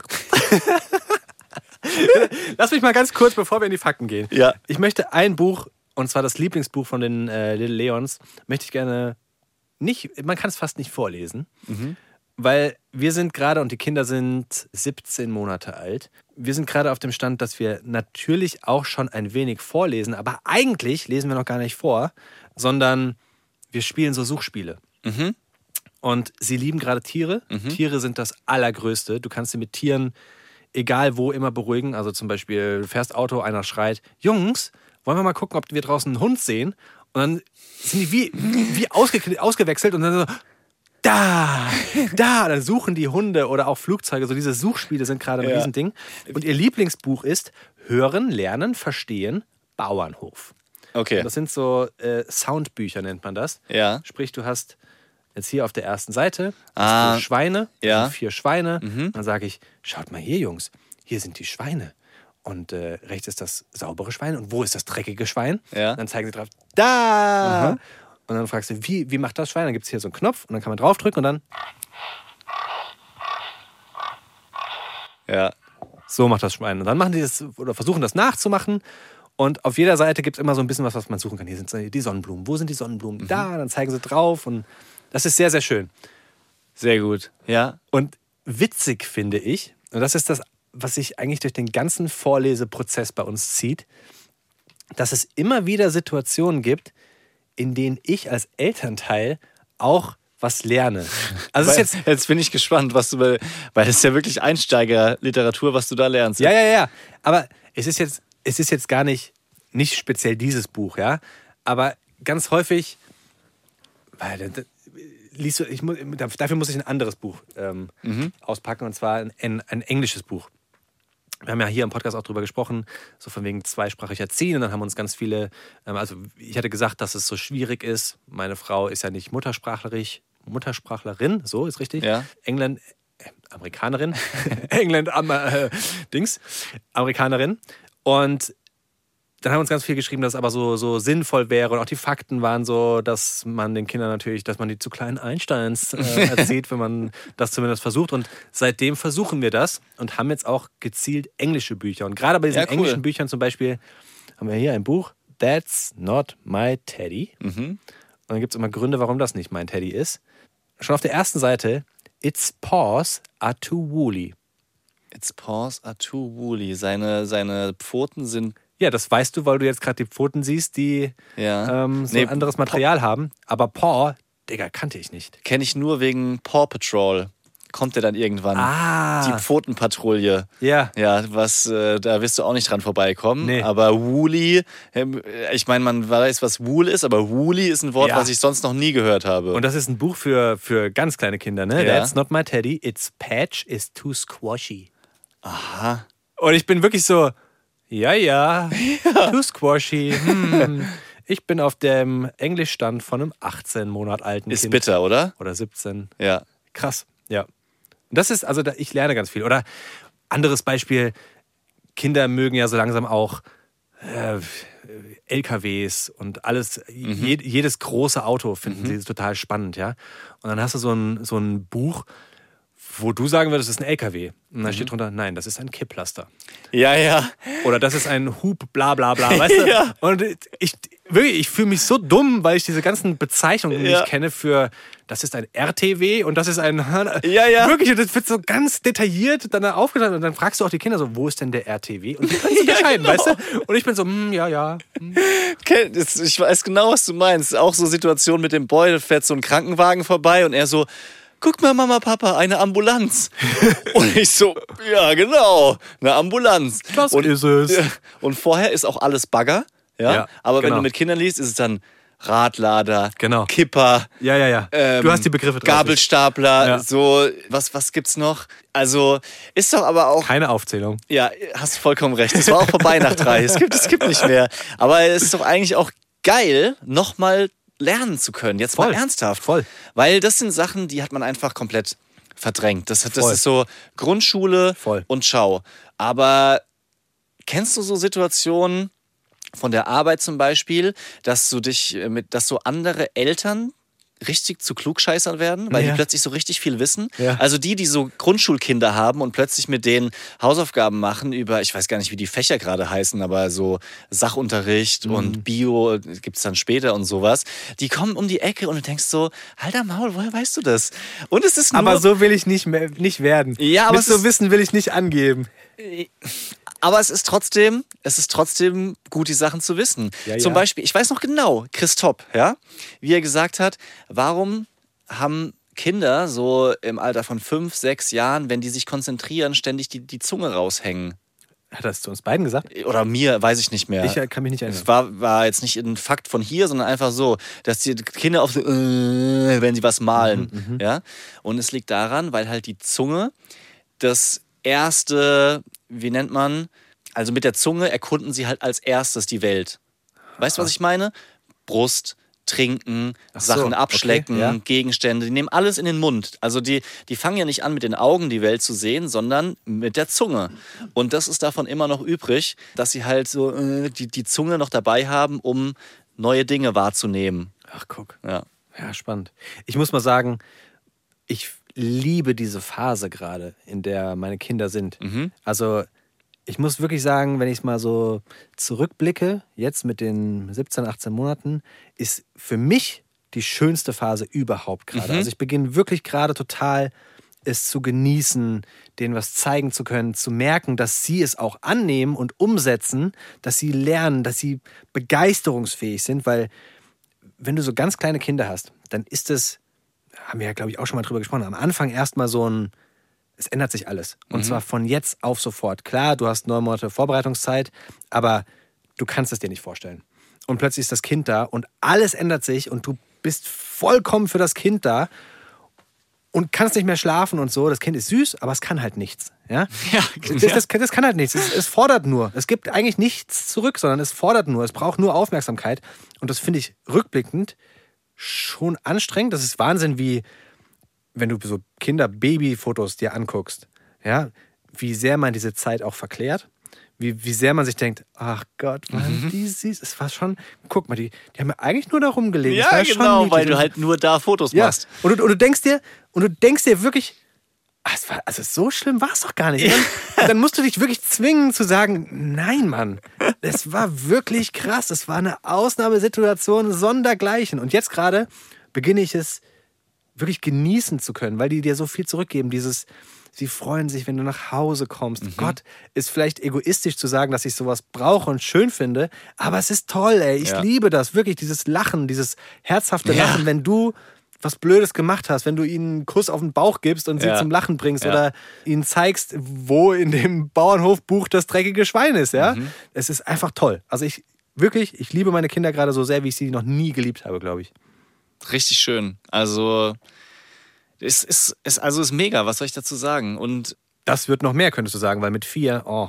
Lass mich mal ganz kurz, bevor wir in die Fakten gehen. Ja. Ich möchte ein Buch, und zwar das Lieblingsbuch von den äh, Little Leons, möchte ich gerne nicht, man kann es fast nicht vorlesen, weil wir sind gerade, und die Kinder sind siebzehn Monate alt, wir sind gerade auf dem Stand, dass wir natürlich auch schon ein wenig vorlesen, aber eigentlich lesen wir noch gar nicht vor, sondern wir spielen so Suchspiele. Mhm. Und sie lieben gerade Tiere. Mhm. Tiere sind das Allergrößte. Du kannst sie mit Tieren, egal wo, immer beruhigen. Also zum Beispiel, du fährst Auto, einer schreit, Jungs, wollen wir mal gucken, ob wir draußen einen Hund sehen? Und dann sind die wie, wie ausge, ausgewechselt und dann so, da, da. Dann suchen die Hunde oder auch Flugzeuge. So diese Suchspiele sind gerade ein Ja. Riesending. Und ihr Lieblingsbuch ist Hören, Lernen, Verstehen, Bauernhof. Okay. Das sind so äh, Soundbücher, nennt man das. Ja. Sprich, du hast jetzt hier auf der ersten Seite Ah, hast du Schweine, ja. also vier Schweine. Mhm. Dann sage ich, schaut mal hier, Jungs, hier sind die Schweine. Und äh, rechts ist das saubere Schwein. Und wo ist das dreckige Schwein? Ja. Dann zeigen sie drauf, da! Mhm. Und dann fragst du, wie, wie macht das Schwein? Dann gibt es hier so einen Knopf und dann kann man draufdrücken und dann Ja. so macht das Schwein. Und dann machen die das oder versuchen das nachzumachen. Und auf jeder Seite gibt es immer so ein bisschen was, was man suchen kann. Hier sind die Sonnenblumen. Wo sind die Sonnenblumen? Mhm. Da, dann zeigen sie drauf. Und das ist sehr, sehr schön. Sehr gut. Ja. Und witzig finde ich, und das ist das, was sich eigentlich durch den ganzen Vorleseprozess bei uns zieht, dass es immer wieder Situationen gibt, in denen ich als Elternteil auch was lerne. Also es ist jetzt, jetzt, jetzt bin ich gespannt, was du, weil weil es ist ja wirklich Einsteigerliteratur, was du da lernst. ja, ja, ja, aber es ist jetzt, es ist jetzt gar nicht, nicht speziell dieses Buch, ja, aber ganz häufig, weil das, liest du, ich muss, dafür muss ich ein anderes Buch ähm, mhm. auspacken, und zwar ein, ein englisches Buch. Wir haben ja hier im Podcast auch drüber gesprochen, so von wegen zweisprachig erziehen. Und dann haben uns ganz viele, ähm, also ich hatte gesagt, dass es so schwierig ist. Meine Frau ist ja nicht muttersprachlerig, Muttersprachlerin, so ist richtig. Ja. England, äh, Amerikanerin, England, äh, Dings, Amerikanerin. Und dann haben wir uns ganz viel geschrieben, dass es aber so, so sinnvoll wäre. Und auch die Fakten waren so, dass man den Kindern natürlich, dass man die zu kleinen Einsteins äh, erzieht, wenn man das zumindest versucht. Und seitdem versuchen wir das und haben jetzt auch gezielt englische Bücher. Und gerade bei diesen Ja, cool. englischen Büchern zum Beispiel haben wir hier ein Buch, That's Not My Teddy. Mhm. Und dann gibt es immer Gründe, warum das nicht mein Teddy ist. Schon auf der ersten Seite, Its paws are too woolly. Its paws are too woolly. Seine, seine Pfoten sind... Ja, das weißt du, weil du jetzt gerade die Pfoten siehst, die Ja. ähm, so Nee, ein anderes Material haben. Aber Paw, Digga, kannte ich nicht. Kenne ich nur wegen Paw Patrol. Kommt der dann irgendwann. Ah. Die Pfotenpatrouille. Ja. Ja, was, äh, da wirst du auch nicht dran vorbeikommen. Nee. Aber Woolly, ähm, ich meine, man weiß, was Wool ist, aber Woolly ist ein Wort, Ja. was ich sonst noch nie gehört habe. Und das ist ein Buch für, für ganz kleine Kinder, ne? Ja. That's not my teddy, its patch is too squashy. Aha. Und ich bin wirklich so, ja, ja, ja. too squashy. Hm. Ich bin auf dem Englischstand von einem achtzehn Monat alten Ist Kind. bitter, oder? Oder siebzehn. Ja. Krass, ja. Und das ist, also da, ich lerne ganz viel. Oder anderes Beispiel, Kinder mögen ja so langsam auch äh, L K Ws und alles, mhm. je, jedes große Auto finden mhm. sie total spannend, ja. Und dann hast du so ein, so ein Buch, wo du sagen würdest, das ist ein L K W. Und dann mhm. steht drunter, nein, das ist ein Kipplaster. Ja, ja. Oder das ist ein Hub, bla bla bla, weißt du? Ja. Und ich, wirklich, ich fühle mich so dumm, weil ich diese ganzen Bezeichnungen Ja. nicht kenne für, das ist ein R T W und das ist ein... Ja, ja. Wirklich, das wird so ganz detailliert dann aufgeteilt und dann fragst du auch die Kinder so, wo ist denn der R T W? Und die können es unterscheiden, Ja, genau. weißt du? Und ich bin so, hm, ja, ja. Hm. Okay, das- Ich weiß genau, was du meinst. Auch so Situationen mit dem Boy, da fährt so ein Krankenwagen vorbei und er so, guck mal, Mama, Papa, eine Ambulanz. Und ich so, ja, genau, eine Ambulanz. Das und, ist es. Und vorher ist auch alles Bagger. Ja? Ja, Aber wenn genau. du mit Kindern liest, ist es dann Radlader, Genau. Kipper. Ja, ja, ja. ähm, du hast die Begriffe drauf. Gabelstapler, Ja. so, was, was gibt's noch? Also, ist doch aber auch, Keine Aufzählung. ja, hast vollkommen recht. Es war auch vorbei nach drei. Es gibt, es gibt nicht mehr. Aber es ist doch eigentlich auch geil, nochmal lernen zu können. Jetzt Voll. mal ernsthaft. Voll. Weil das sind Sachen, die hat man einfach komplett verdrängt. Das, das Voll. ist so Grundschule Voll. und Schau. Aber kennst du so Situationen von der Arbeit zum Beispiel, dass du dich mit, dass so andere Eltern richtig zu Klugscheißern werden, weil Ja. die plötzlich so richtig viel wissen. Ja. Also die, die so Grundschulkinder haben und plötzlich mit denen Hausaufgaben machen über, ich weiß gar nicht, wie die Fächer gerade heißen, aber so Sachunterricht Mhm. und Bio gibt es dann später und sowas. Die kommen um die Ecke und du denkst so, Alter Maul, woher weißt du das? Und es ist nur... Aber so will ich nicht, mehr, nicht werden. Ja, aber Mit es so ist- Wissen will ich nicht angeben. Aber es ist trotzdem, es ist trotzdem gut, die Sachen zu wissen. Ja, Zum ja. Beispiel, ich weiß noch genau, Christoph, ja, wie er gesagt hat, warum haben Kinder so im Alter von fünf, sechs Jahren, wenn die sich konzentrieren, ständig die, die Zunge raushängen? Hat er das zu uns beiden gesagt? Oder mir, weiß ich nicht mehr. Ich äh, kann mich nicht Es erinnern. war, war jetzt nicht ein Fakt von hier, sondern einfach so, dass die Kinder auf so, äh, wenn sie was malen. Ja? Und es liegt daran, weil halt die Zunge das erste, wie nennt man, also mit der Zunge erkunden sie halt als erstes die Welt. Weißt du, was ich meine? Brust, trinken, Ach so, Sachen okay, abschlecken, ja. Gegenstände, die nehmen alles in den Mund. Also die, die fangen ja nicht an, mit den Augen die Welt zu sehen, sondern mit der Zunge. Und das ist davon immer noch übrig, dass sie halt so äh, die, die Zunge noch dabei haben, um neue Dinge wahrzunehmen. Ach, guck. Ja. Ja, spannend. Ich muss mal sagen, ich liebe diese Phase gerade, in der meine Kinder sind. Mhm. Also ich muss wirklich sagen, wenn ich mal so zurückblicke, jetzt mit den siebzehn, achtzehn Monaten, ist für mich die schönste Phase überhaupt gerade. Mhm. Also ich beginne wirklich gerade total es zu genießen, denen was zeigen zu können, zu merken, dass sie es auch annehmen und umsetzen, dass sie lernen, dass sie begeisterungsfähig sind, weil wenn du so ganz kleine Kinder hast, dann ist es, haben wir ja glaube ich auch schon mal drüber gesprochen, am Anfang erstmal so ein, es ändert sich alles. Und Mhm. zwar von jetzt auf sofort. Klar, du hast neun Monate Vorbereitungszeit, aber du kannst es dir nicht vorstellen. Und plötzlich ist das Kind da und alles ändert sich und du bist vollkommen für das Kind da und kannst nicht mehr schlafen und so. Das Kind ist süß, aber es kann halt nichts. Ja? Ja, Das, das, das kann halt nichts. Es, es fordert nur. Es gibt eigentlich nichts zurück, sondern es fordert nur. Es braucht nur Aufmerksamkeit. Und das finde ich rückblickend schon anstrengend. Das ist Wahnsinn, wie wenn du so Kinder-Baby-Fotos dir anguckst, ja, wie sehr man diese Zeit auch verklärt. Wie, wie sehr man sich denkt, ach Gott, waren die süß. Es war schon, guck mal, die, die haben ja eigentlich nur da rumgelegen. Es Ja, war schon genau, niedlich. weil du halt nur da Fotos Ja. machst. Und du, und du denkst dir, und du denkst dir wirklich, ah, es war, also so schlimm war es doch gar nicht. Und dann, dann musst du dich wirklich zwingen zu sagen, nein, Mann, es war wirklich krass. Es war eine Ausnahmesituation sondergleichen. Und jetzt gerade beginne ich es wirklich genießen zu können, weil die dir so viel zurückgeben. Dieses, sie freuen sich, wenn du nach Hause kommst. Mhm. Gott, ist vielleicht egoistisch zu sagen, dass ich sowas brauche und schön finde, aber es ist toll, ey. Ich Ja. liebe das. Wirklich, dieses Lachen, dieses herzhafte Ja. Lachen, wenn du was Blödes gemacht hast, wenn du ihnen einen Kuss auf den Bauch gibst und sie Ja. zum Lachen bringst Ja. oder ihnen zeigst, wo in dem Bauernhofbuch das dreckige Schwein ist, ja. Mhm. Es ist einfach toll. Also ich, wirklich, ich liebe meine Kinder gerade so sehr, wie ich sie noch nie geliebt habe, glaube ich. Richtig schön. Also es ist, es, also ist mega, was soll ich dazu sagen? Und Das wird noch mehr, könntest du sagen, weil mit vier, oh,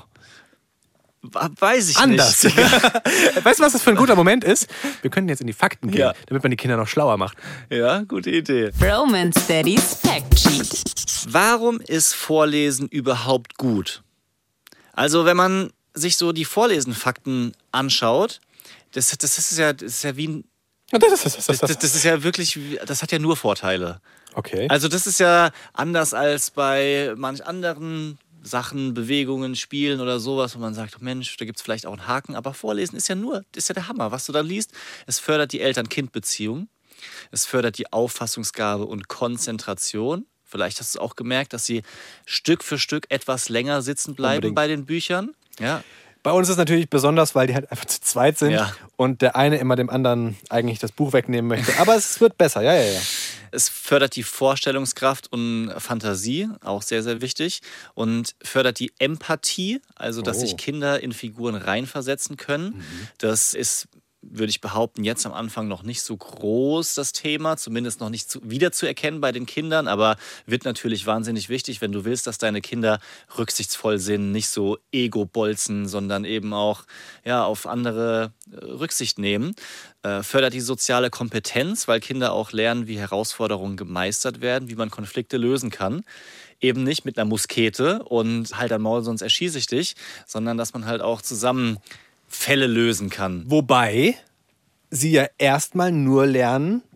weiß ich anders. nicht. Weißt du, was das für ein guter Moment ist? Wir könnten jetzt in die Fakten gehen, Ja. damit man die Kinder noch schlauer macht. Ja, gute Idee. Romance Daddy's Fact Sheet. Warum ist Vorlesen überhaupt gut? Also, wenn man sich so die Vorlesen-Fakten anschaut, das, das, ist ja, das ist ja wie ein. Das, das ist ja wirklich, das hat ja nur Vorteile. Okay. Also das ist ja anders als bei manch anderen Sachen, Bewegungen, Spielen oder sowas, wo man sagt, Mensch, da gibt es vielleicht auch einen Haken, aber Vorlesen ist ja nur, ist ja der Hammer, was du da liest. Es fördert die Eltern-Kind-Beziehung, es fördert die Auffassungsgabe und Konzentration. Vielleicht hast du auch gemerkt, dass sie Stück für Stück etwas länger sitzen bleiben Unbedingt. bei den Büchern. Ja. Bei uns ist es natürlich besonders, weil die halt einfach zu zweit sind Ja. und der eine immer dem anderen eigentlich das Buch wegnehmen möchte. Aber es wird besser, ja, ja, ja. Es fördert die Vorstellungskraft und Fantasie, auch sehr, sehr wichtig. Und fördert die Empathie, also dass Oh. sich Kinder in Figuren reinversetzen können. Das ist, würde ich behaupten, jetzt am Anfang noch nicht so groß, das Thema. Zumindest noch nicht zu, wiederzuerkennen bei den Kindern. Aber wird natürlich wahnsinnig wichtig, wenn du willst, dass deine Kinder rücksichtsvoll sind, nicht so Ego-bolzen, sondern eben auch ja, auf andere äh, Rücksicht nehmen. Äh, fördert die soziale Kompetenz, weil Kinder auch lernen, wie Herausforderungen gemeistert werden, wie man Konflikte lösen kann. Eben nicht mit einer Muskete und halt am Maul, sonst erschieße ich dich, sondern dass man halt auch zusammen Fälle lösen kann. Wobei sie ja erstmal nur lernen,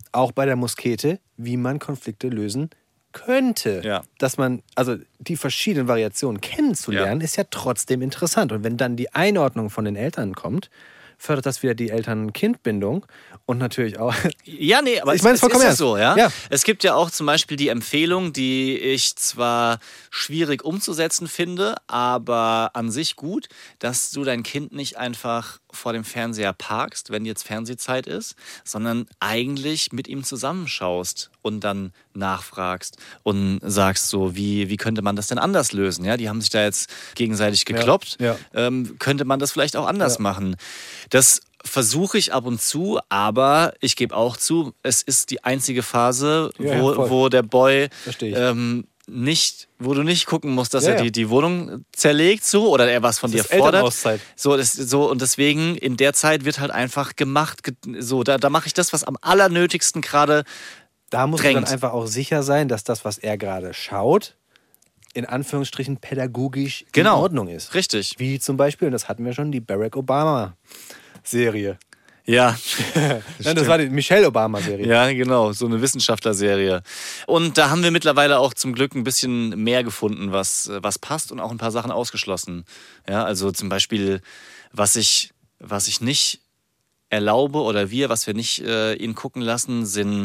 auch bei der Muskete, wie man Konflikte lösen könnte. Ja. Dass man, also die verschiedenen Variationen kennenzulernen, Ja. ist ja trotzdem interessant. Und wenn dann die Einordnung von den Eltern kommt, fördert das wieder die Eltern-Kind-Bindung und natürlich auch... Ja, nee, aber Ich meine es es, es vollkommen ist ja ernst. so, ja? Ja. Es gibt ja auch zum Beispiel die Empfehlung, die ich zwar schwierig umzusetzen finde, aber an sich gut, dass du dein Kind nicht einfach vor dem Fernseher parkst, wenn jetzt Fernsehzeit ist, sondern eigentlich mit ihm zusammenschaust und dann nachfragst und sagst so, wie, wie könnte man das denn anders lösen? Ja, die haben sich da jetzt gegenseitig gekloppt. Ja, ja. Ähm, könnte man das vielleicht auch anders Ja. machen? Das versuche ich ab und zu, aber ich gebe auch zu, es ist die einzige Phase, Ja, ja, wo, voll. wo der Boy Verstehe ich. ähm, nicht, wo du nicht gucken musst, dass Ja, er ja. die, die Wohnung zerlegt so oder er was von Das dir ist fordert. Elternauszeit. So, das, so, und deswegen in der Zeit wird halt einfach gemacht. ge- So, da, da mache ich das, was am allernötigsten gerade. Da muss man drängt. dann einfach auch sicher sein, dass das, was er gerade schaut, in Anführungsstrichen pädagogisch Genau. in Ordnung ist. Richtig. Wie zum Beispiel, und das hatten wir schon, die Barack Obama-Serie. Ja. Nein, das war die Michelle Obama-Serie. Ja, genau, so eine Wissenschaftlerserie. Und da haben wir mittlerweile auch zum Glück ein bisschen mehr gefunden, was, was passt und auch ein paar Sachen ausgeschlossen. Ja, also zum Beispiel, was ich, was ich nicht erlaube oder wir, was wir nicht äh, ihn gucken lassen, sind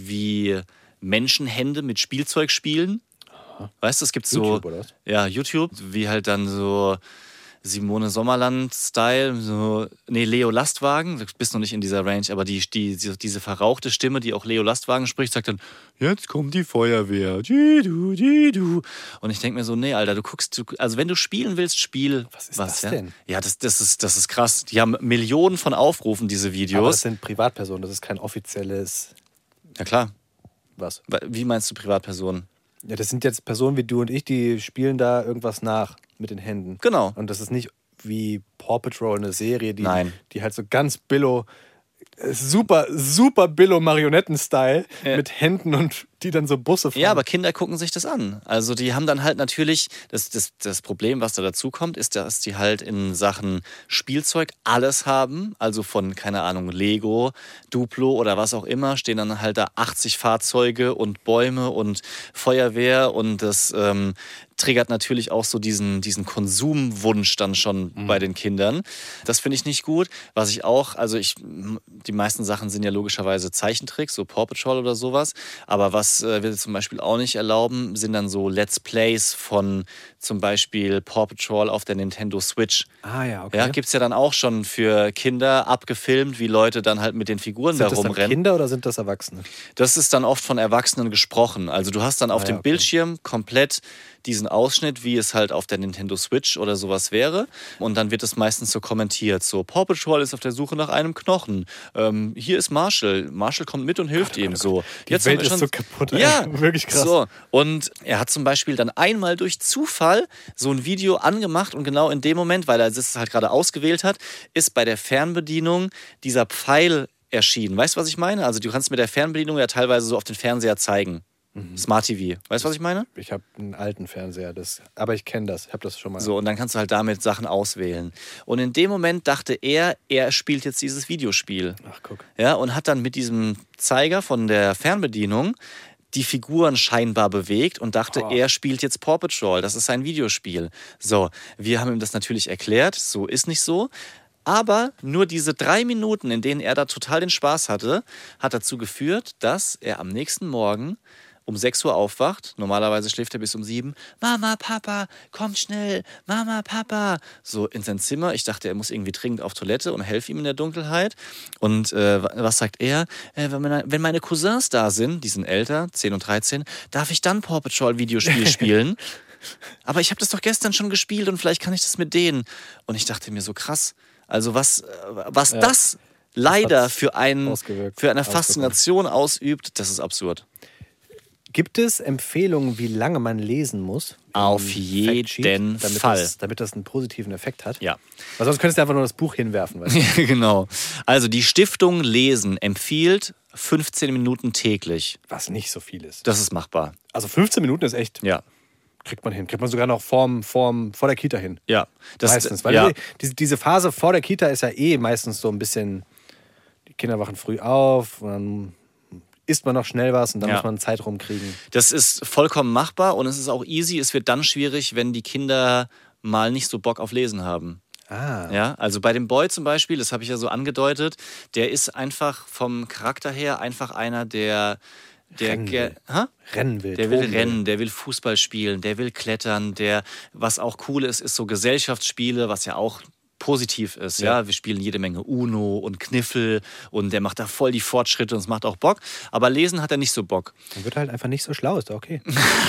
wie Menschenhände mit Spielzeug spielen. Weißt du, es gibt so, YouTube, oder was? ja, YouTube, wie halt dann so Simone Sommerland-Style, so, nee, Leo Lastwagen, du bist noch nicht in dieser Range, aber die, die, diese verrauchte Stimme, die auch Leo Lastwagen spricht, sagt dann, jetzt kommt die Feuerwehr, di du, di du. Und ich denke mir so, nee, Alter, du guckst, du, also wenn du spielen willst, spiel Was ist was. das ja? denn? Ja, das, das, ist, das ist krass. Die haben Millionen von Aufrufen, diese Aber das Videos. sind Privatpersonen, das ist kein offizielles Ja, klar. was. Wie meinst du Privatpersonen? Ja, das sind jetzt Personen wie du und ich, die spielen da irgendwas nach mit den Händen. Genau. Und das ist nicht wie Paw Patrol, eine Serie, die, Nein. die halt so ganz billo, äh, super, super billo Marionetten-Style Ja. mit Händen und die dann so Busse fahren. Ja, aber Kinder gucken sich das an. Also die haben dann halt natürlich, das, das, das Problem, was da dazu kommt, ist, dass die halt in Sachen Spielzeug alles haben. Also von, keine Ahnung, Lego, Duplo oder was auch immer, stehen dann halt da achtzig Fahrzeuge und Bäume und Feuerwehr und das ähm, triggert natürlich auch so diesen, diesen Konsumwunsch dann schon Mhm. bei den Kindern. Das finde ich nicht gut. Was ich auch, also ich, die meisten Sachen sind ja logischerweise Zeichentricks, so Paw Patrol oder sowas. Aber was äh, wir zum Beispiel auch nicht erlauben, sind dann so Let's Plays von zum Beispiel Paw Patrol auf der Nintendo Switch. Ah ja, okay. Ja, gibt es ja dann auch schon für Kinder abgefilmt, wie Leute dann halt mit den Figuren sind da das dann rumrennen. Kinder oder sind das Erwachsene? Das ist dann oft von Erwachsenen gesprochen. Also du hast dann auf Ah, ja, dem okay. Bildschirm komplett diesen Ausschnitt, wie es halt auf der Nintendo Switch oder sowas wäre. Und dann wird es meistens so kommentiert. So, Paw Patrol ist auf der Suche nach einem Knochen. Ähm, hier ist Marshall. Marshall kommt mit und hilft ihm so. Die Jetzt Welt haben wir ist schon so kaputt, ey. Ja, Wirklich krass. So. Und er hat zum Beispiel dann einmal durch Zufall so ein Video angemacht und genau in dem Moment, weil er es halt gerade ausgewählt hat, ist bei der Fernbedienung dieser Pfeil erschienen. Weißt du, was ich meine? Also du kannst mit der Fernbedienung ja teilweise so auf den Fernseher zeigen. Smart T V. Weißt du, was ich meine? Ich habe einen alten Fernseher, das, aber ich kenne das, ich habe das schon mal. So, und dann kannst du halt damit Sachen auswählen. Und in dem Moment dachte er, er spielt jetzt dieses Videospiel. Ach, guck. Ja, und hat dann mit diesem Zeiger von der Fernbedienung die Figuren scheinbar bewegt und dachte, Oh. er spielt jetzt Paw Patrol. Das ist ein Videospiel. So, wir haben ihm das natürlich erklärt. So ist nicht so. Aber nur diese drei Minuten, in denen er da total den Spaß hatte, hat dazu geführt, dass er am nächsten Morgen um sechs Uhr aufwacht. Normalerweise schläft er bis um sieben. Mama, Papa, komm schnell. Mama, Papa. So in sein Zimmer. Ich dachte, er muss irgendwie dringend auf Toilette und helfe ihm in der Dunkelheit. Und äh, was sagt er? Äh, wenn, meine, wenn meine Cousins da sind, die sind älter, zehn und dreizehn, darf ich dann Paw Patrol Videospiel spielen? Aber ich habe das doch gestern schon gespielt und vielleicht kann ich das mit denen. Und ich dachte mir so krass. Also was, äh, was Ja. das leider hat's für, ein, ausgewirkt, für eine ausgewirkt. Faszination ausübt, das ist absurd. Gibt es Empfehlungen, wie lange man lesen muss? Auf Im jeden Factsheet, damit Fall. Das, damit das einen positiven Effekt hat? Ja. Weil sonst könntest du einfach nur das Buch hinwerfen. Weißt du? Genau. Also die Stiftung Lesen empfiehlt fünfzehn Minuten täglich. Was nicht so viel ist. Das ist machbar. Also fünfzehn Minuten ist echt, Ja. kriegt man hin. Kriegt man sogar noch vorm, vorm, vor der Kita hin. Ja. Das, meistens. Weil ja. die, diese, diese Phase vor der Kita ist ja eh meistens so ein bisschen, die Kinder wachen früh auf und dann isst man noch schnell was und dann Ja. muss man Zeit rumkriegen. Das ist vollkommen machbar und es ist auch easy. Es wird dann schwierig, wenn die Kinder mal nicht so Bock auf Lesen haben. Ah. Ja, also bei dem Boy zum Beispiel, das habe ich ja so angedeutet, der ist einfach vom Charakter her einfach einer, der... der Rennen ge- will. Hä? Rennen will. Der will toben rennen, der will Fußball spielen, der will klettern, der, was auch cool ist, ist so Gesellschaftsspiele, was ja auch positiv ist. Ja. Ja. Wir spielen jede Menge Uno und Kniffel und der macht da voll die Fortschritte und es macht auch Bock. Aber lesen hat er nicht so Bock. Dann wird er halt einfach nicht so schlau, ist doch okay.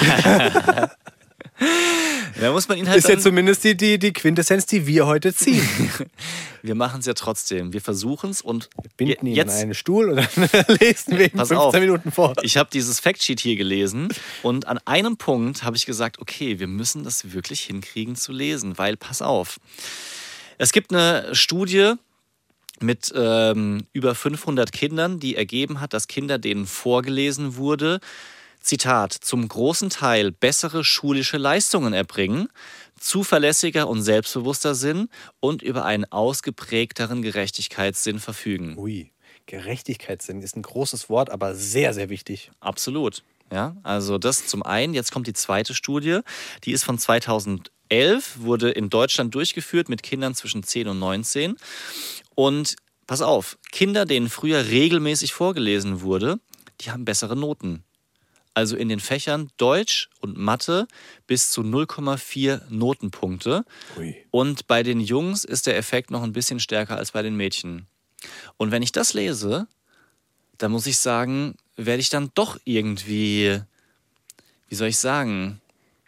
Da muss man ihn halt Ist ja dann, zumindest die, die, die Quintessenz, die wir heute ziehen. wir machen es ja trotzdem. Wir versuchen es und Binden ihn jetzt an einen Stuhl und dann lesen wir ihn Pass fünfzehn auf. Minuten vor. Ich habe dieses Factsheet hier gelesen und an einem Punkt habe ich gesagt, okay, wir müssen das wirklich hinkriegen zu lesen, weil pass auf. Es gibt eine Studie mit ähm, über fünfhundert Kindern, die ergeben hat, dass Kinder, denen vorgelesen wurde, Zitat, zum großen Teil bessere schulische Leistungen erbringen, zuverlässiger und selbstbewusster sind und über einen ausgeprägteren Gerechtigkeitssinn verfügen. Ui, Gerechtigkeitssinn ist ein großes Wort, aber sehr, sehr wichtig. Absolut. Ja, also das zum einen. Jetzt kommt die zweite Studie. Die ist von zweitausendelf, wurde in Deutschland durchgeführt mit Kindern zwischen zehn und neunzehn. Und pass auf, Kinder, denen früher regelmäßig vorgelesen wurde, die haben bessere Noten. Also in den Fächern Deutsch und Mathe bis zu null Komma vier Notenpunkte. Ui. Und bei den Jungs ist der Effekt noch ein bisschen stärker als bei den Mädchen. Und wenn ich das lese, dann muss ich sagen, werde ich dann doch irgendwie, wie soll ich sagen,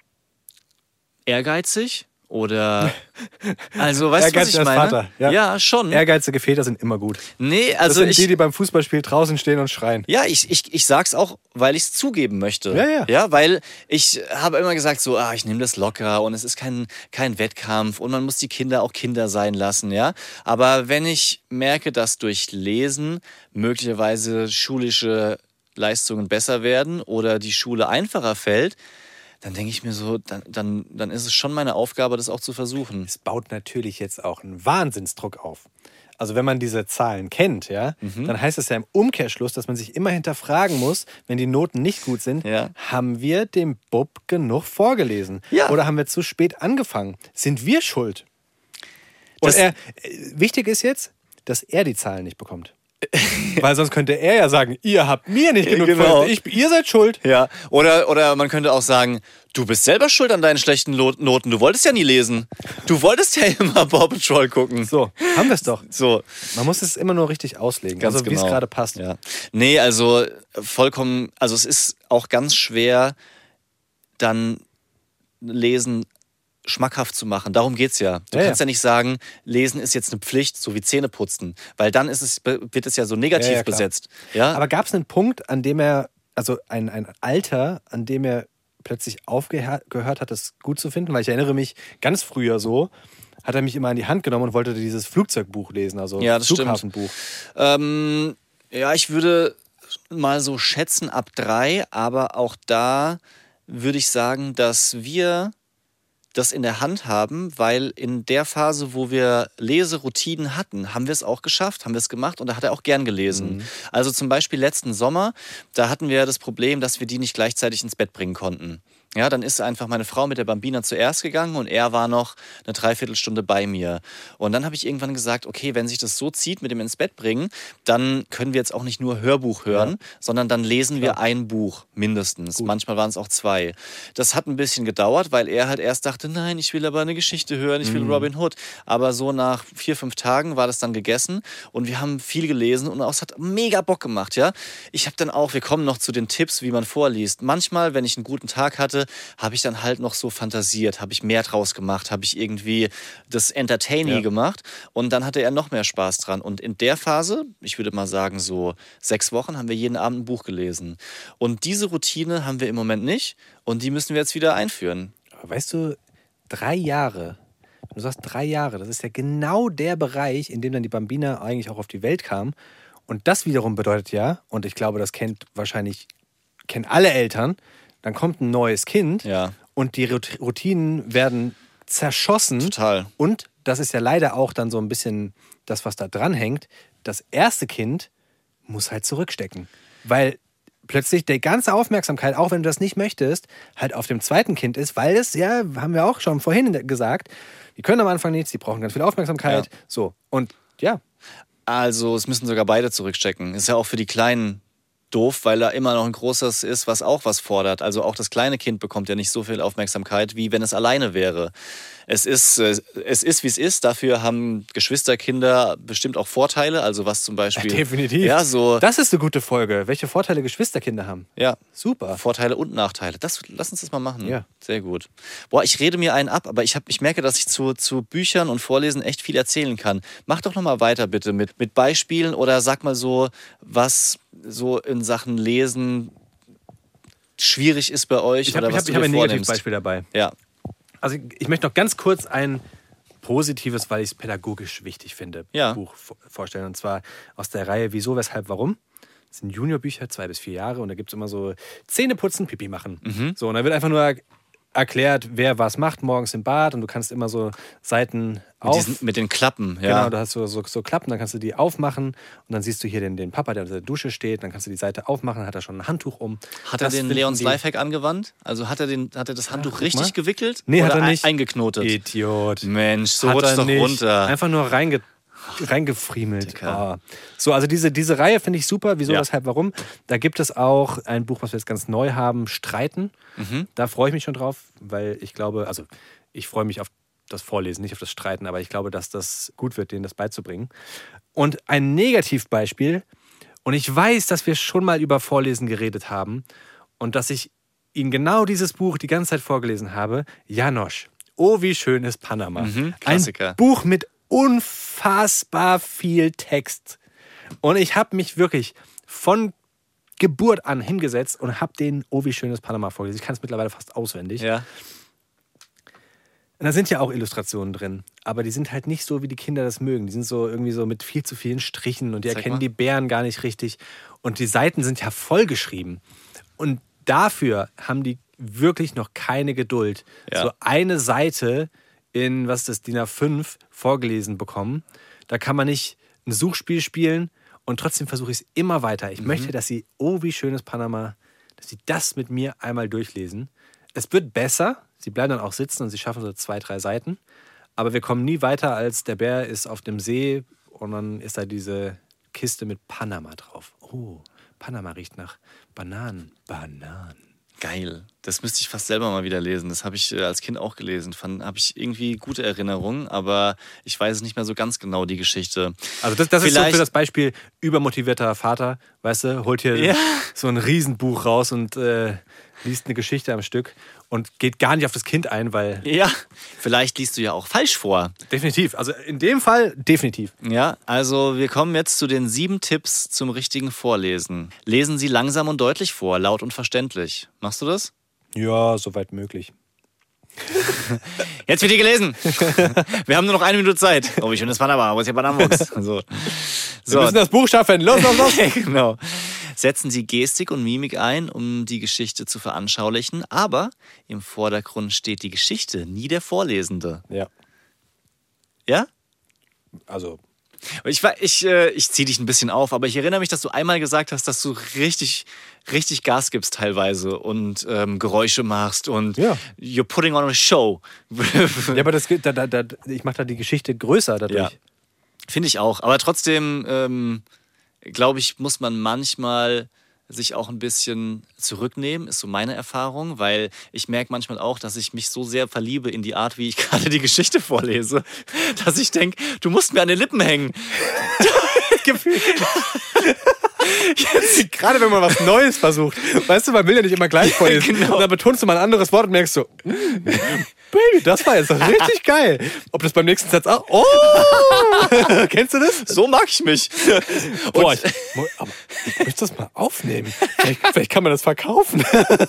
ehrgeizig? Oder, also weißt du, was Ehrgeiz ich als meine? Vater, ja. ja, schon. Ehrgeizige Väter sind immer gut. Nee, Das also sind ich... die, die beim Fußballspiel draußen stehen und schreien. Ja, ich, ich, ich sag's auch, weil ich es zugeben möchte. Ja, ja. Ja, weil ich habe immer gesagt, so, ah, ich nehme das locker und es ist kein, kein Wettkampf und man muss die Kinder auch Kinder sein lassen, ja. Aber wenn ich merke, dass durch Lesen möglicherweise schulische Leistungen besser werden oder die Schule einfacher fällt, dann denke ich mir so, dann, dann, dann ist es schon meine Aufgabe, das auch zu versuchen. Es baut natürlich jetzt auch einen Wahnsinnsdruck auf. Also wenn man diese Zahlen kennt, ja, Mhm. dann heißt es ja im Umkehrschluss, dass man sich immer hinterfragen muss, wenn die Noten nicht gut sind, Ja. haben wir dem Bub genug vorgelesen? Ja. Oder haben wir zu spät angefangen? Sind wir schuld? Und Das- er, äh, wichtig ist jetzt, dass er die Zahlen nicht bekommt. Weil sonst könnte er ja sagen, ihr habt mir nicht genug Genau. vorgelesen. Ich, ihr seid schuld. Ja, oder, oder man könnte auch sagen, du bist selber schuld an deinen schlechten Lo- Noten. Du wolltest ja nie lesen. Du wolltest ja immer Paw Patrol gucken. So, haben wir es doch. So, Man muss es immer nur richtig auslegen, ganz also wie genau. es gerade passt. Ja. Nee, also vollkommen, also es ist auch ganz schwer, dann Lesen schmackhaft zu machen. Darum geht's ja. Du Ja, kannst ja. ja nicht sagen, Lesen ist jetzt eine Pflicht, so wie Zähneputzen. Weil dann ist es, wird es ja so negativ Ja, ja, klar. besetzt. Ja? Aber gab es einen Punkt, an dem er, also ein, ein Alter, an dem er plötzlich aufgehört hat, das gut zu finden? Weil ich erinnere mich, ganz früher so, hat er mich immer in die Hand genommen und wollte dieses Flugzeugbuch lesen, also Ja, das stimmt. Flughafenbuch. Ähm, ja, ich würde mal so schätzen ab drei, aber auch da würde ich sagen, dass wir das in der Hand haben, weil in der Phase, wo wir Leseroutinen hatten, haben wir es auch geschafft, haben wir es gemacht und da hat er auch gern gelesen. Also zum Beispiel letzten Sommer, da hatten wir das Problem, dass wir die nicht gleichzeitig ins Bett bringen konnten. Ja, dann ist einfach meine Frau mit der Bambina zuerst gegangen und er war noch eine Dreiviertelstunde bei mir. Und dann habe ich irgendwann gesagt, okay, wenn sich das so zieht mit dem ins Bett bringen, dann können wir jetzt auch nicht nur Hörbuch hören, ja. sondern dann lesen wir ein Buch mindestens. Gut. Manchmal waren es auch zwei. Das hat ein bisschen gedauert, weil er halt erst dachte, nein, ich will aber eine Geschichte hören, ich will mhm. Robin Hood. Aber so nach vier, fünf Tagen war das dann gegessen und wir haben viel gelesen und es hat mega Bock gemacht, ja. Ich habe dann auch, wir kommen noch zu den Tipps, wie man vorliest. Manchmal, wenn ich einen guten Tag hatte, habe ich dann halt noch so fantasiert, habe ich mehr draus gemacht, habe ich irgendwie das Entertaining ja. gemacht und dann hatte er noch mehr Spaß dran. Und in der Phase, ich würde mal sagen so sechs Wochen, haben wir jeden Abend ein Buch gelesen. Und diese Routine haben wir im Moment nicht und die müssen wir jetzt wieder einführen. Aber weißt du, drei Jahre, du sagst drei Jahre, das ist ja genau der Bereich, in dem dann die Bambina eigentlich auch auf die Welt kam. Und das wiederum bedeutet ja, und ich glaube, das kennt wahrscheinlich, kennen alle Eltern, dann kommt ein neues Kind ja. und die Routinen werden zerschossen. Total. Und das ist ja leider auch dann so ein bisschen das, was da dran hängt. Das erste Kind muss halt zurückstecken. Weil plötzlich die ganze Aufmerksamkeit, auch wenn du das nicht möchtest, halt auf dem zweiten Kind ist, weil es, ja, haben wir auch schon vorhin gesagt, die können am Anfang nichts, die brauchen ganz viel Aufmerksamkeit. Ja. So, und ja. Also es müssen sogar beide zurückstecken. Ist ja auch für die Kleinen doof, weil da immer noch ein großes ist, was auch was fordert. Also auch das kleine Kind bekommt ja nicht so viel Aufmerksamkeit, wie wenn es alleine wäre. Es ist, äh, es ist, wie es ist. Dafür haben Geschwisterkinder bestimmt auch Vorteile. Also was zum Beispiel... Ja, definitiv. Ja, so... Das ist eine gute Folge. Welche Vorteile Geschwisterkinder haben. Ja. Super. Vorteile und Nachteile. Das, lass uns das mal machen. Ja. Sehr gut. Boah, ich rede mir einen ab, aber ich, hab, ich merke, dass ich zu, zu Büchern und Vorlesen echt viel erzählen kann. Mach doch noch mal weiter bitte mit, mit Beispielen oder sag mal so, was so in Sachen Lesen schwierig ist bei euch Ich habe oder was hab, du ich hab dir ein vornimmst. Negativbeispiel dabei. Ja. Also ich möchte noch ganz kurz ein positives, weil ich es pädagogisch wichtig finde, Ja. Buch vorstellen. Und zwar aus der Reihe Wieso, Weshalb, Warum. Das sind Juniorbücher, zwei bis vier Jahre. Und da gibt es immer so Zähne putzen, Pipi machen. Mhm. So, und da wird einfach nur erklärt, wer was macht morgens im Bad. Und du kannst immer so Seiten Mit, auf... diesen, mit den Klappen, ja. Genau, da hast du so, so Klappen, dann kannst du die aufmachen und dann siehst du hier den, den Papa, der unter der Dusche steht, dann kannst du die Seite aufmachen, dann hat er schon ein Handtuch um. Hat er Das den finden Leons die- Lifehack angewandt? Also hat er, den, hat er das Handtuch guck richtig mal. gewickelt? Nee, hat oder er nicht. eingeknotet? Idiot. Mensch, so Hat rutscht er doch nicht. runter. Einfach nur reinge reingefriemelt. Dicker. Oh. So, also diese, diese Reihe finde ich super. Wieso, Ja. weshalb, warum? Da gibt es auch ein Buch, was wir jetzt ganz neu haben, Streiten. Mhm. Da freue ich mich schon drauf, weil ich glaube, also ich freue mich auf das Vorlesen, nicht auf das Streiten, aber ich glaube, dass das gut wird, denen das beizubringen. Und ein Negativbeispiel, und ich weiß, dass wir schon mal über Vorlesen geredet haben und dass ich Ihnen genau dieses Buch die ganze Zeit vorgelesen habe, Janosch. Oh, wie schön ist Panama. Mhm, Klassiker. Ein Buch mit unfassbar viel Text. Und ich habe mich wirklich von Geburt an hingesetzt und habe den Oh, wie schön ist Panama vorgelesen. Ich kann es mittlerweile fast auswendig. Ja. Und da sind ja auch Illustrationen drin, aber die sind halt nicht so, wie die Kinder das mögen. Die sind so irgendwie so mit viel zu vielen Strichen und die Zeig erkennen mal. die Bären gar nicht richtig. Und die Seiten sind ja vollgeschrieben. Und dafür haben die wirklich noch keine Geduld. Ja. So eine Seite in, was ist das, D I N A fünf vorgelesen bekommen. Da kann man nicht ein Suchspiel spielen und trotzdem versuche ich es immer weiter. Ich Mhm. möchte, dass sie, oh, wie schön ist Panama, dass sie das mit mir einmal durchlesen. Es wird besser. Sie bleiben dann auch sitzen und sie schaffen so zwei, drei Seiten. Aber wir kommen nie weiter, als der Bär ist auf dem See und dann ist da diese Kiste mit Panama drauf. Oh, Panama riecht nach Bananen. Bananen. Geil. Das müsste ich fast selber mal wieder lesen. Das habe ich äh, als Kind auch gelesen. Habe ich irgendwie gute Erinnerungen, aber ich weiß es nicht mehr so ganz genau, die Geschichte. Also das, das ist so Vielleicht- für das Beispiel übermotivierter Vater, weißt du, holt hier Ja. so ein Riesenbuch raus und äh, liest eine Geschichte am Stück und geht gar nicht auf das Kind ein, weil Ja, vielleicht liest du ja auch falsch vor. definitiv, also in dem Fall definitiv. Ja, also wir kommen jetzt zu den sieben Tipps zum richtigen Vorlesen. Lesen Sie langsam und deutlich vor, laut und verständlich. Machst du das? Ja, soweit möglich. Jetzt wird hier gelesen. Wir haben nur noch eine Minute Zeit. Oh, wie schön ist Panama. Wo ist hier Panamabox? So. Wir So. müssen das Buch schaffen. Los, los, los. Genau. Setzen Sie Gestik und Mimik ein, um die Geschichte zu veranschaulichen, aber im Vordergrund steht die Geschichte, nie der Vorlesende. Ja, Ja? also Ich, war- ich, äh, ich ziehe dich ein bisschen auf, aber ich erinnere mich, dass du einmal gesagt hast, dass du richtig, richtig Gas gibst teilweise und ähm, Geräusche machst und Ja. you're putting on a show. ja, aber das, da, da, da, ich mache da die Geschichte größer dadurch. Ja. Finde ich auch. Aber trotzdem, ähm, glaube ich, muss man manchmal sich auch ein bisschen zurücknehmen, ist so meine Erfahrung, weil ich merke manchmal auch, dass ich mich so sehr verliebe in die Art, wie ich gerade die Geschichte vorlese, dass ich denke, du musst mir an den Lippen hängen. Gefühl. Gerade wenn man was Neues versucht. Weißt du, man will ja nicht immer gleich vorlesen. Genau. Und dann betonst du mal ein anderes Wort und merkst so, mm, Baby, das war jetzt richtig geil. Ob das beim nächsten Satz auch, oh! Kennst du das? So mag ich mich. Boah, ich, aber ich möchte das mal aufnehmen. Vielleicht, vielleicht kann man das verkaufen.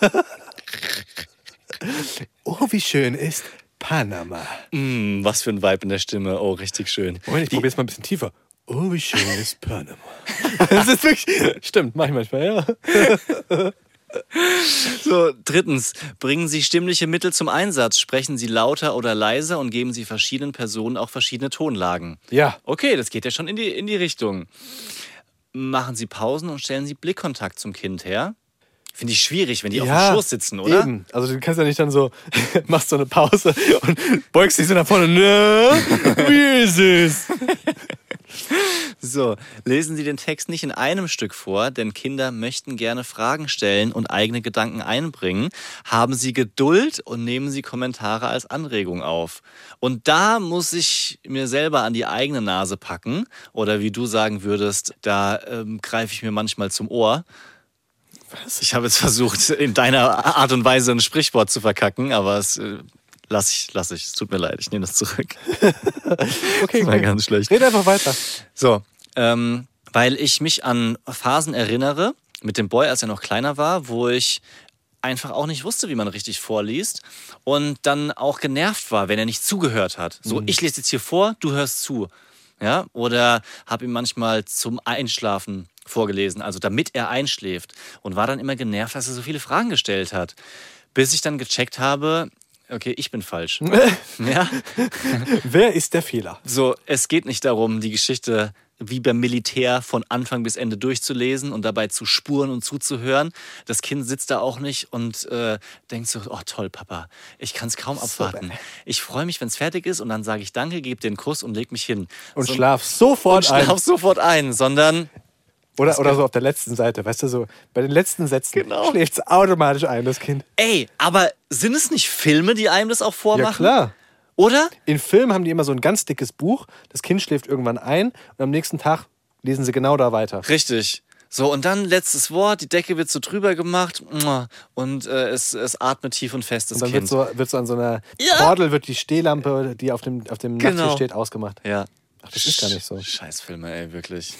Oh, wie schön ist Panama. Mm, was für ein Vibe in der Stimme. Oh, richtig schön. Moment, ich probiere es mal ein bisschen tiefer. Oh, wie schön ist Panama. Das ist wirklich, stimmt, mach ich manchmal, ja. So, drittens, bringen Sie stimmliche Mittel zum Einsatz. Sprechen Sie lauter oder leiser und geben Sie verschiedenen Personen auch verschiedene Tonlagen. Ja. Okay, das geht ja schon in die, in die Richtung. Machen Sie Pausen und stellen Sie Blickkontakt zum Kind her. Finde ich schwierig, wenn die Ja, auf dem Schoß sitzen, oder? Eben. Also du kannst ja nicht dann so, machst so eine Pause und beugst dich so nach vorne. Ne? Wie ist es? So, lesen Sie den Text nicht in einem Stück vor, denn Kinder möchten gerne Fragen stellen und eigene Gedanken einbringen. Haben Sie Geduld und nehmen Sie Kommentare als Anregung auf. Und da muss ich mir selber an die eigene Nase packen. Oder wie du sagen würdest, da ähm, greife ich mir manchmal zum Ohr. Was? Ich habe jetzt versucht, in deiner Art und Weise ein Sprichwort zu verkacken, aber es... Äh, Lass ich, lass ich. Es tut mir leid, ich nehme das zurück. Okay, das war okay. ganz schlecht. Red einfach weiter. So, ähm, weil ich mich an Phasen erinnere, mit dem Boy, als er noch kleiner war, wo ich einfach auch nicht wusste, wie man richtig vorliest und dann auch genervt war, wenn er nicht zugehört hat. So, mhm. ich lese jetzt hier vor, du hörst zu. Ja? Oder habe ihm manchmal zum Einschlafen vorgelesen, also damit er einschläft und war dann immer genervt, dass er so viele Fragen gestellt hat. Bis ich dann gecheckt habe, okay, ich bin falsch. Ja? Wer ist der Fehler? So, es geht nicht darum, die Geschichte wie beim Militär von Anfang bis Ende durchzulesen und dabei zu spuren und zuzuhören. Das Kind sitzt da auch nicht und äh, denkt so, oh toll, Papa, ich kann es kaum abwarten. So, ich freue mich, wenn es fertig ist und dann sage ich Danke, gebe den Kuss und leg mich hin. Und so, schlaf sofort und ein. schlaf sofort ein, sondern... Oder, oder so auf der letzten Seite, weißt du, so bei den letzten Sätzen genau. schläft es automatisch ein, das Kind. Ey, aber sind es nicht Filme, die einem das auch vormachen? Ja, klar. Oder? In Filmen haben die immer so ein ganz dickes Buch, das Kind schläft irgendwann ein und am nächsten Tag lesen sie genau da weiter. Richtig. So, und dann letztes Wort, die Decke wird so drüber gemacht und äh, es, es atmet tief und fest, das und dann Kind. wird so, wird so an so einer Ja. Kordel wird die Stehlampe, die auf dem, auf dem Genau. Nachttisch steht, ausgemacht. Ja. Ach, das ist gar nicht so. Scheißfilme, ey, wirklich.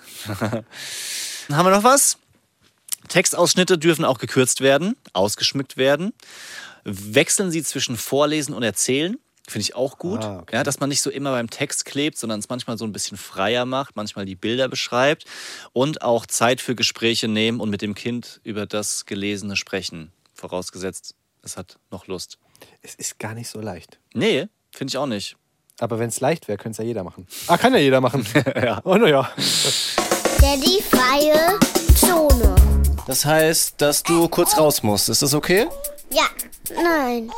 Dann haben wir noch was. Textausschnitte dürfen auch gekürzt werden, ausgeschmückt werden. Wechseln Sie zwischen Vorlesen und Erzählen. Finde ich auch gut. Ah, okay. Ja, dass man nicht so immer beim Text klebt, sondern es manchmal so ein bisschen freier macht, manchmal die Bilder beschreibt und auch Zeit für Gespräche nehmen und mit dem Kind über das Gelesene sprechen. Vorausgesetzt, es hat noch Lust. Es ist gar nicht so leicht. Nee, finde ich auch nicht. Aber wenn es leicht wäre, könnte es ja jeder machen. Ah, kann ja jeder machen. Ja. Oh, naja. Daddy freie Zone. Das heißt, dass du kurz raus musst. Ist das okay? Ja, nein.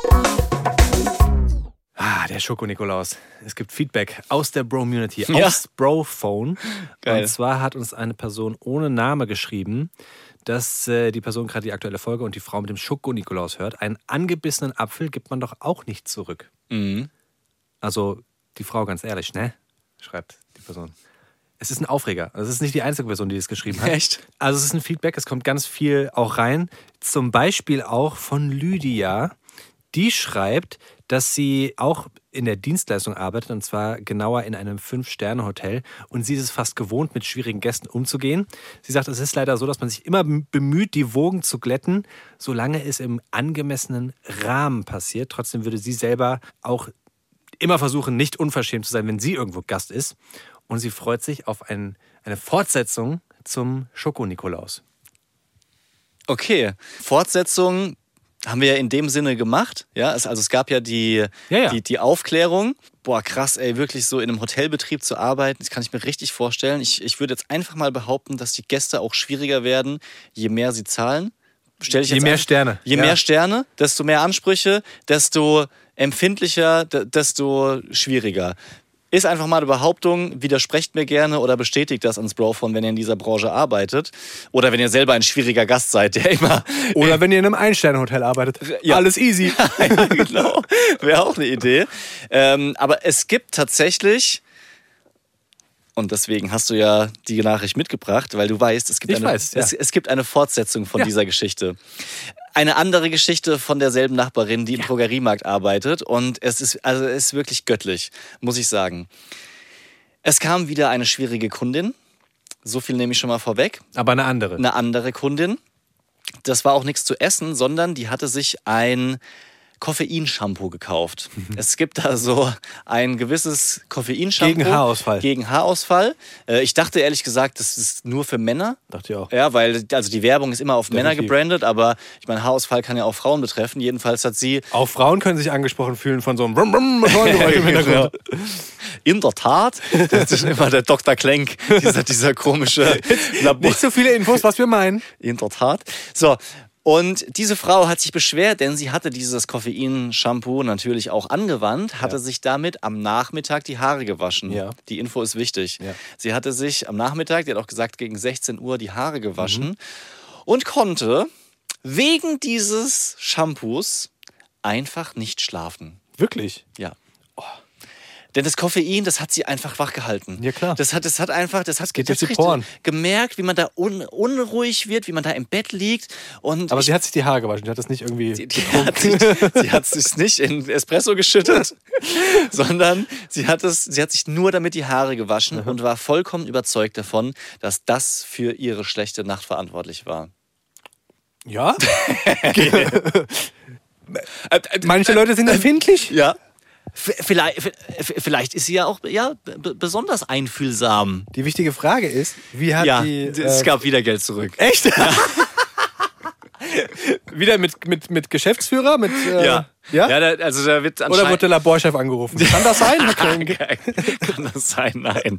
Ah, der Schoko-Nikolaus. Es gibt Feedback aus der Bro-Community, Ja. aufs Bro-Phone. Geil. Und zwar hat uns eine Person ohne Name geschrieben, dass äh, die Person gerade die aktuelle Folge und die Frau mit dem Schoko-Nikolaus hört. Einen angebissenen Apfel gibt man doch auch nicht zurück. Mhm. Also die Frau, ganz ehrlich, ne? Schreibt die Person. Es ist ein Aufreger. Das ist nicht die einzige Person, die das geschrieben hat. Echt? Also es ist ein Feedback, es kommt ganz viel auch rein. Zum Beispiel auch von Lydia. Die schreibt, dass sie auch in der Dienstleistung arbeitet, und zwar genauer in einem Fünf-Sterne-Hotel. Und sie ist es fast gewohnt, mit schwierigen Gästen umzugehen. Sie sagt, es ist leider so, dass man sich immer bemüht, die Wogen zu glätten, solange es im angemessenen Rahmen passiert. Trotzdem würde sie selber auch immer versuchen, nicht unverschämt zu sein, wenn sie irgendwo Gast ist. Und sie freut sich auf ein, eine Fortsetzung zum Schoko-Nikolaus. Okay, Fortsetzung haben wir ja in dem Sinne gemacht. Ja, es, also es gab ja die, Ja, ja. die, die Aufklärung. Boah, krass, ey, wirklich so in einem Hotelbetrieb zu arbeiten, das kann ich mir richtig vorstellen. Ich, ich würde jetzt einfach mal behaupten, dass die Gäste auch schwieriger werden, je mehr sie zahlen. Stell ich Je jetzt mehr ein- Sterne. Je Ja. mehr Sterne, desto mehr Ansprüche, desto empfindlicher, d- desto schwieriger. Ist einfach mal eine Behauptung, widersprecht mir gerne oder bestätigt das ans Brophone, wenn ihr in dieser Branche arbeitet. Oder wenn ihr selber ein schwieriger Gast seid, der immer... Oder wenn ihr in einem Ein-Sterne-Hotel arbeitet. Ja. Alles easy. ja, genau. Wäre auch eine Idee. Ähm, aber es gibt tatsächlich... Und deswegen hast du ja die Nachricht mitgebracht, weil du weißt, es gibt, Ich eine, weiß, ja. es, es gibt eine Fortsetzung von Ja. dieser Geschichte. Eine andere Geschichte von derselben Nachbarin, die im Drogeriemarkt arbeitet. Und es ist, also es ist wirklich göttlich, muss ich sagen. Es kam wieder eine schwierige Kundin. So viel nehme ich schon mal vorweg. Aber eine andere. Eine andere Kundin. Das war auch nichts zu essen, sondern die hatte sich ein Koffeinshampoo gekauft. Es gibt da so ein gewisses Koffeinshampoo. Gegen Haarausfall. Gegen Haarausfall. Äh, ich dachte ehrlich gesagt, das ist nur für Männer. Dachte ich auch. Ja, weil also die Werbung ist immer auf Männer Definitiv. gebrandet, aber ich meine, Haarausfall kann ja auch Frauen betreffen. Jedenfalls hat sie... Auch Frauen können sich angesprochen fühlen von so einem Brumm, Brumm, Geräusch im Hintergrund. In der Tat, das ist immer der Doktor Klenk, dieser, dieser komische Labor. Nicht so viele Infos, was wir meinen. In der Tat. So, und diese Frau hat sich beschwert, denn sie hatte dieses Koffein-Shampoo natürlich auch angewandt, hatte Ja. sich damit am Nachmittag die Haare gewaschen. Ja. Die Info ist wichtig. Ja. Sie hatte sich am Nachmittag, die hat auch gesagt, gegen sechzehn Uhr die Haare gewaschen Mhm. und konnte wegen dieses Shampoos einfach nicht schlafen. Wirklich? Ja. Denn das Koffein, das hat sie einfach wach gehalten. Ja, klar. Das hat, das hat einfach, das hat geht das durch die richtig Poren. gemerkt, wie man da un, unruhig wird, wie man da im Bett liegt. Und Aber ich, sie hat sich die Haare gewaschen. Die hat das nicht irgendwie. die, die hat sich, sie hat sich nicht in Espresso geschüttet, sondern sie hat, es, sie hat sich nur damit die Haare gewaschen und war vollkommen überzeugt davon, dass das für ihre schlechte Nacht verantwortlich war. Ja? Manche Leute sind empfindlich. Ja. V- Vielleicht, v- vielleicht ist sie ja auch ja, b- besonders einfühlsam. Die wichtige Frage ist, wie hat Ja, die. es Äh, gab wieder Geld zurück. echt? Wieder mit, mit, mit Geschäftsführer? Mit, äh, Ja. ja? ja da, also da wird Oder anscheinend... wird der Laborchef angerufen? Kann das sein? Kann das sein? Nein.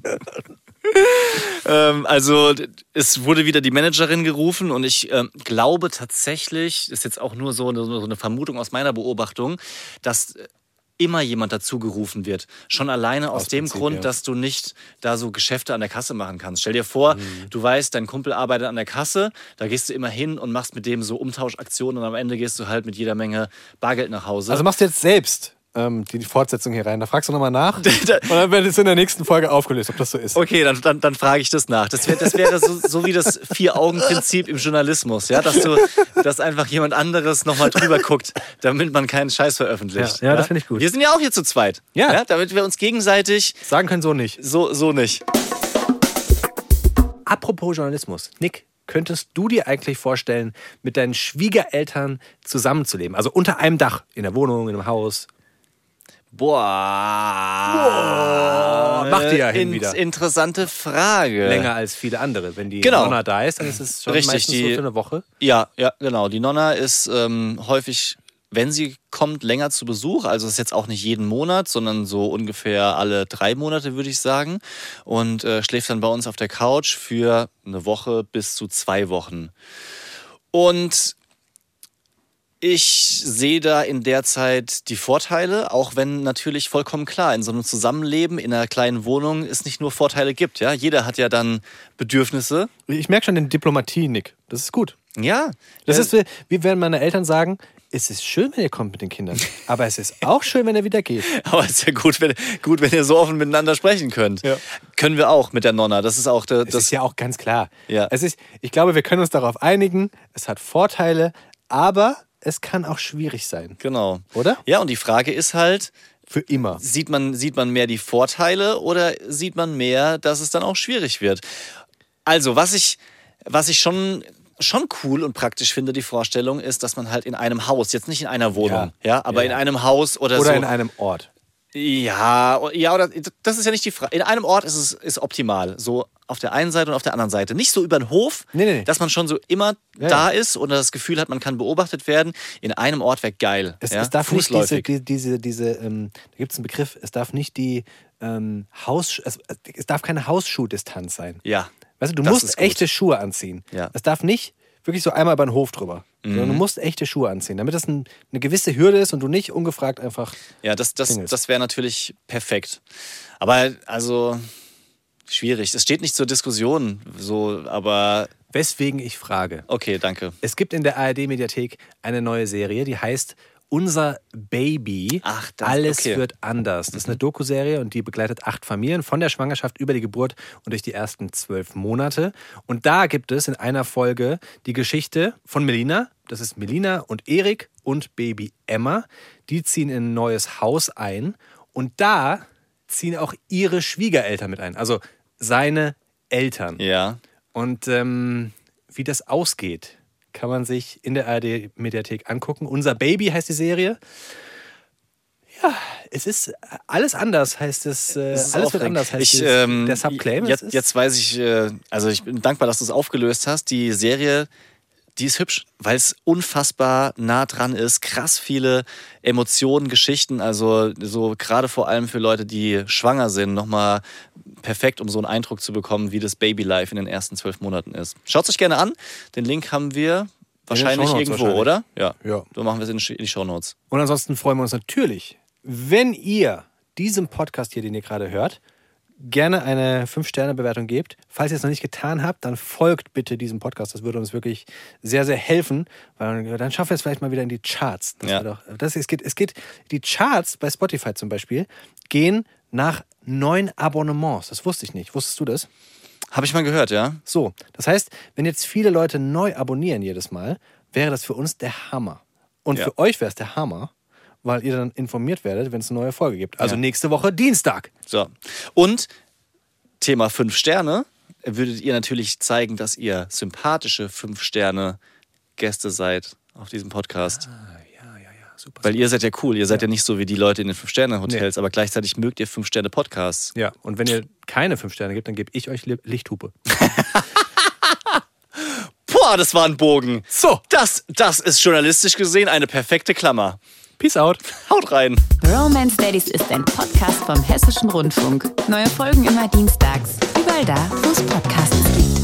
ähm, also es wurde wieder die Managerin gerufen und ich ähm, glaube tatsächlich, ist jetzt auch nur so eine, so eine Vermutung aus meiner Beobachtung, dass immer jemand dazu gerufen wird. Schon alleine aus, Aus dem Prinzip, Grund, ja. dass du nicht da so Geschäfte an der Kasse machen kannst. Stell dir vor, Mhm. du weißt, dein Kumpel arbeitet an der Kasse, da gehst du immer hin und machst mit dem so Umtauschaktionen und am Ende gehst du halt mit jeder Menge Bargeld nach Hause. Also machst du jetzt selbst ähm, die, die Fortsetzung hier rein. Da fragst du nochmal nach. Und dann wird es in der nächsten Folge aufgelöst, ob das so ist. Okay, dann, dann, dann frage ich das nach. Das wäre das wäre so, so wie das Vier-Augen-Prinzip im Journalismus, ja? Dass du, dass einfach jemand anderes nochmal drüber guckt, damit man keinen Scheiß veröffentlicht. Ja, ja, das finde ich gut. Wir sind ja auch hier zu zweit. Ja. Damit wir uns gegenseitig Sagen können so nicht. so, so nicht. Apropos Journalismus. Nick, könntest du dir eigentlich vorstellen, mit deinen Schwiegereltern zusammenzuleben? Also unter einem Dach, in der Wohnung, in einem Haus. Boah. Boah, macht ihr ja hin In- wieder. Interessante Frage. Länger als viele andere. Wenn die Genau. Nonna da ist, dann ist es schon Richtig, meistens die- so für eine Woche. Ja, ja, genau. Die Nonna ist ähm, häufig, wenn sie kommt, länger zu Besuch. Also es ist jetzt auch nicht jeden Monat, sondern so ungefähr alle drei Monate, würde ich sagen. Und äh, schläft dann bei uns auf der Couch für eine Woche bis zu zwei Wochen. Und ich sehe da in der Zeit die Vorteile, auch wenn natürlich vollkommen klar, in so einem Zusammenleben in einer kleinen Wohnung es nicht nur Vorteile gibt. Ja? Jeder hat ja dann Bedürfnisse. Ich merke schon den Diplomatie, Nick. Das ist gut. Ja, Das äh, ist, wie- wie wenn meine Eltern sagen, es ist schön, wenn ihr kommt mit den Kindern. Aber es ist auch schön, wenn er wieder geht. aber es ist ja gut, wenn, gut, wenn ihr so offen miteinander sprechen könnt. Ja. Können wir auch mit der Nonna. Das ist auch der, Das das. ist ja auch ganz klar. Ja. Es ist, ich glaube, wir können uns darauf einigen, es hat Vorteile, aber es kann auch schwierig sein. Genau. Oder? Ja, und die Frage ist halt, Für immer. sieht man, sieht man mehr die Vorteile oder sieht man mehr, dass es dann auch schwierig wird? Also, was ich, was ich schon, schon cool und praktisch finde, die Vorstellung, ist, dass man halt in einem Haus, jetzt nicht in einer Wohnung, ja, Ja. aber Ja. in einem Haus oder, Oder so. in einem Ort. Ja, ja, oder das ist ja nicht die Frage. In einem Ort ist es ist optimal. So auf der einen Seite und auf der anderen Seite. Nicht so über den Hof, Nee, nee, nee. dass man schon so immer Ja, da ja. ist oder das Gefühl hat, man kann beobachtet werden. In einem Ort wäre geil. Es, ja? es darf nicht diese, Fußläufig. die, diese, diese ähm, da gibt es einen Begriff, es darf nicht die ähm, Haus, es, es darf keine Hausschuhdistanz sein. Ja. Weißt du, du Das musst ist gut. echte Schuhe anziehen. Ja. Es darf nicht wirklich so einmal über den Hof drüber. Sondern du musst echte Schuhe anziehen, damit das ein, eine gewisse Hürde ist und du nicht ungefragt einfach. Ja, das, das, Klingelst. das wäre natürlich perfekt. Aber also schwierig. Es steht nicht zur Diskussion, so, aber Weswegen ich frage. okay, danke. Es gibt in der A R D-Mediathek eine neue Serie, die heißt Unser Baby. Ach, das- Alles okay. wird anders. Das ist eine Doku-Serie und die begleitet acht Familien von der Schwangerschaft über die Geburt und durch die ersten zwölf Monate. Und da gibt es in einer Folge die Geschichte von Melina. Das ist Melina und Erik und Baby Emma. Die ziehen in ein neues Haus ein und da ziehen auch ihre Schwiegereltern mit ein. Also seine Eltern. Ja. Und ähm, wie das ausgeht, kann man sich in der A R D-Mediathek angucken. Unser Baby heißt die Serie. Ja, es ist alles anders, heißt es. Äh, Das ist alles wird aufregend. anders, heißt ich, es, ähm, der Subclaim. Jetzt, es ist- jetzt weiß ich, äh, also ich bin dankbar, dass du es aufgelöst hast. Die Serie, die ist hübsch, weil es unfassbar nah dran ist. Krass viele Emotionen, Geschichten. Also so gerade vor allem für Leute, die schwanger sind, nochmal perfekt, um so einen Eindruck zu bekommen, wie das Babylife in den ersten zwölf Monaten ist. Schaut es euch gerne an. Den Link haben wir wahrscheinlich Shownotes irgendwo, wahrscheinlich. oder? Ja. Ja. So machen wir es in die- in die Shownotes. Und ansonsten freuen wir uns natürlich, wenn ihr diesem Podcast hier, den ihr gerade hört, gerne eine fünf Sterne Bewertung gebt. Falls ihr es noch nicht getan habt, dann folgt bitte diesem Podcast. Das würde uns wirklich sehr, sehr helfen, weil dann schaffen wir es vielleicht mal wieder in die Charts. Das Ja. wäre doch, das, es, geht, es geht, die Charts bei Spotify zum Beispiel gehen nach neun Abonnements. Das wusste ich nicht. Wusstest du das? Habe ich mal gehört, ja? So, das heißt, wenn jetzt viele Leute neu abonnieren jedes Mal, wäre das für uns der Hammer. Und Ja. für euch wäre es der Hammer, weil ihr dann informiert werdet, wenn es eine neue Folge gibt. Also Ja. nächste Woche Dienstag. So. Und Thema fünf Sterne würdet ihr natürlich zeigen, dass ihr sympathische fünf Sterne Gäste seid auf diesem Podcast. Ja, ja, ja, super. Weil ihr seid ja cool. Ihr seid ja, nicht so wie die Leute in den fünf Sterne Hotels, aber gleichzeitig mögt ihr fünf Sterne Podcasts. Ja, und wenn ihr keine fünf Sterne gebt, dann gebe ich euch Li- Lichthupe. Boah, das war ein Bogen. So. Das, das ist journalistisch gesehen eine perfekte Klammer. Peace out. Haut rein. Romance Daddies ist ein Podcast vom Hessischen Rundfunk. Neue Folgen immer dienstags. Überall da, wo es Podcasts gibt.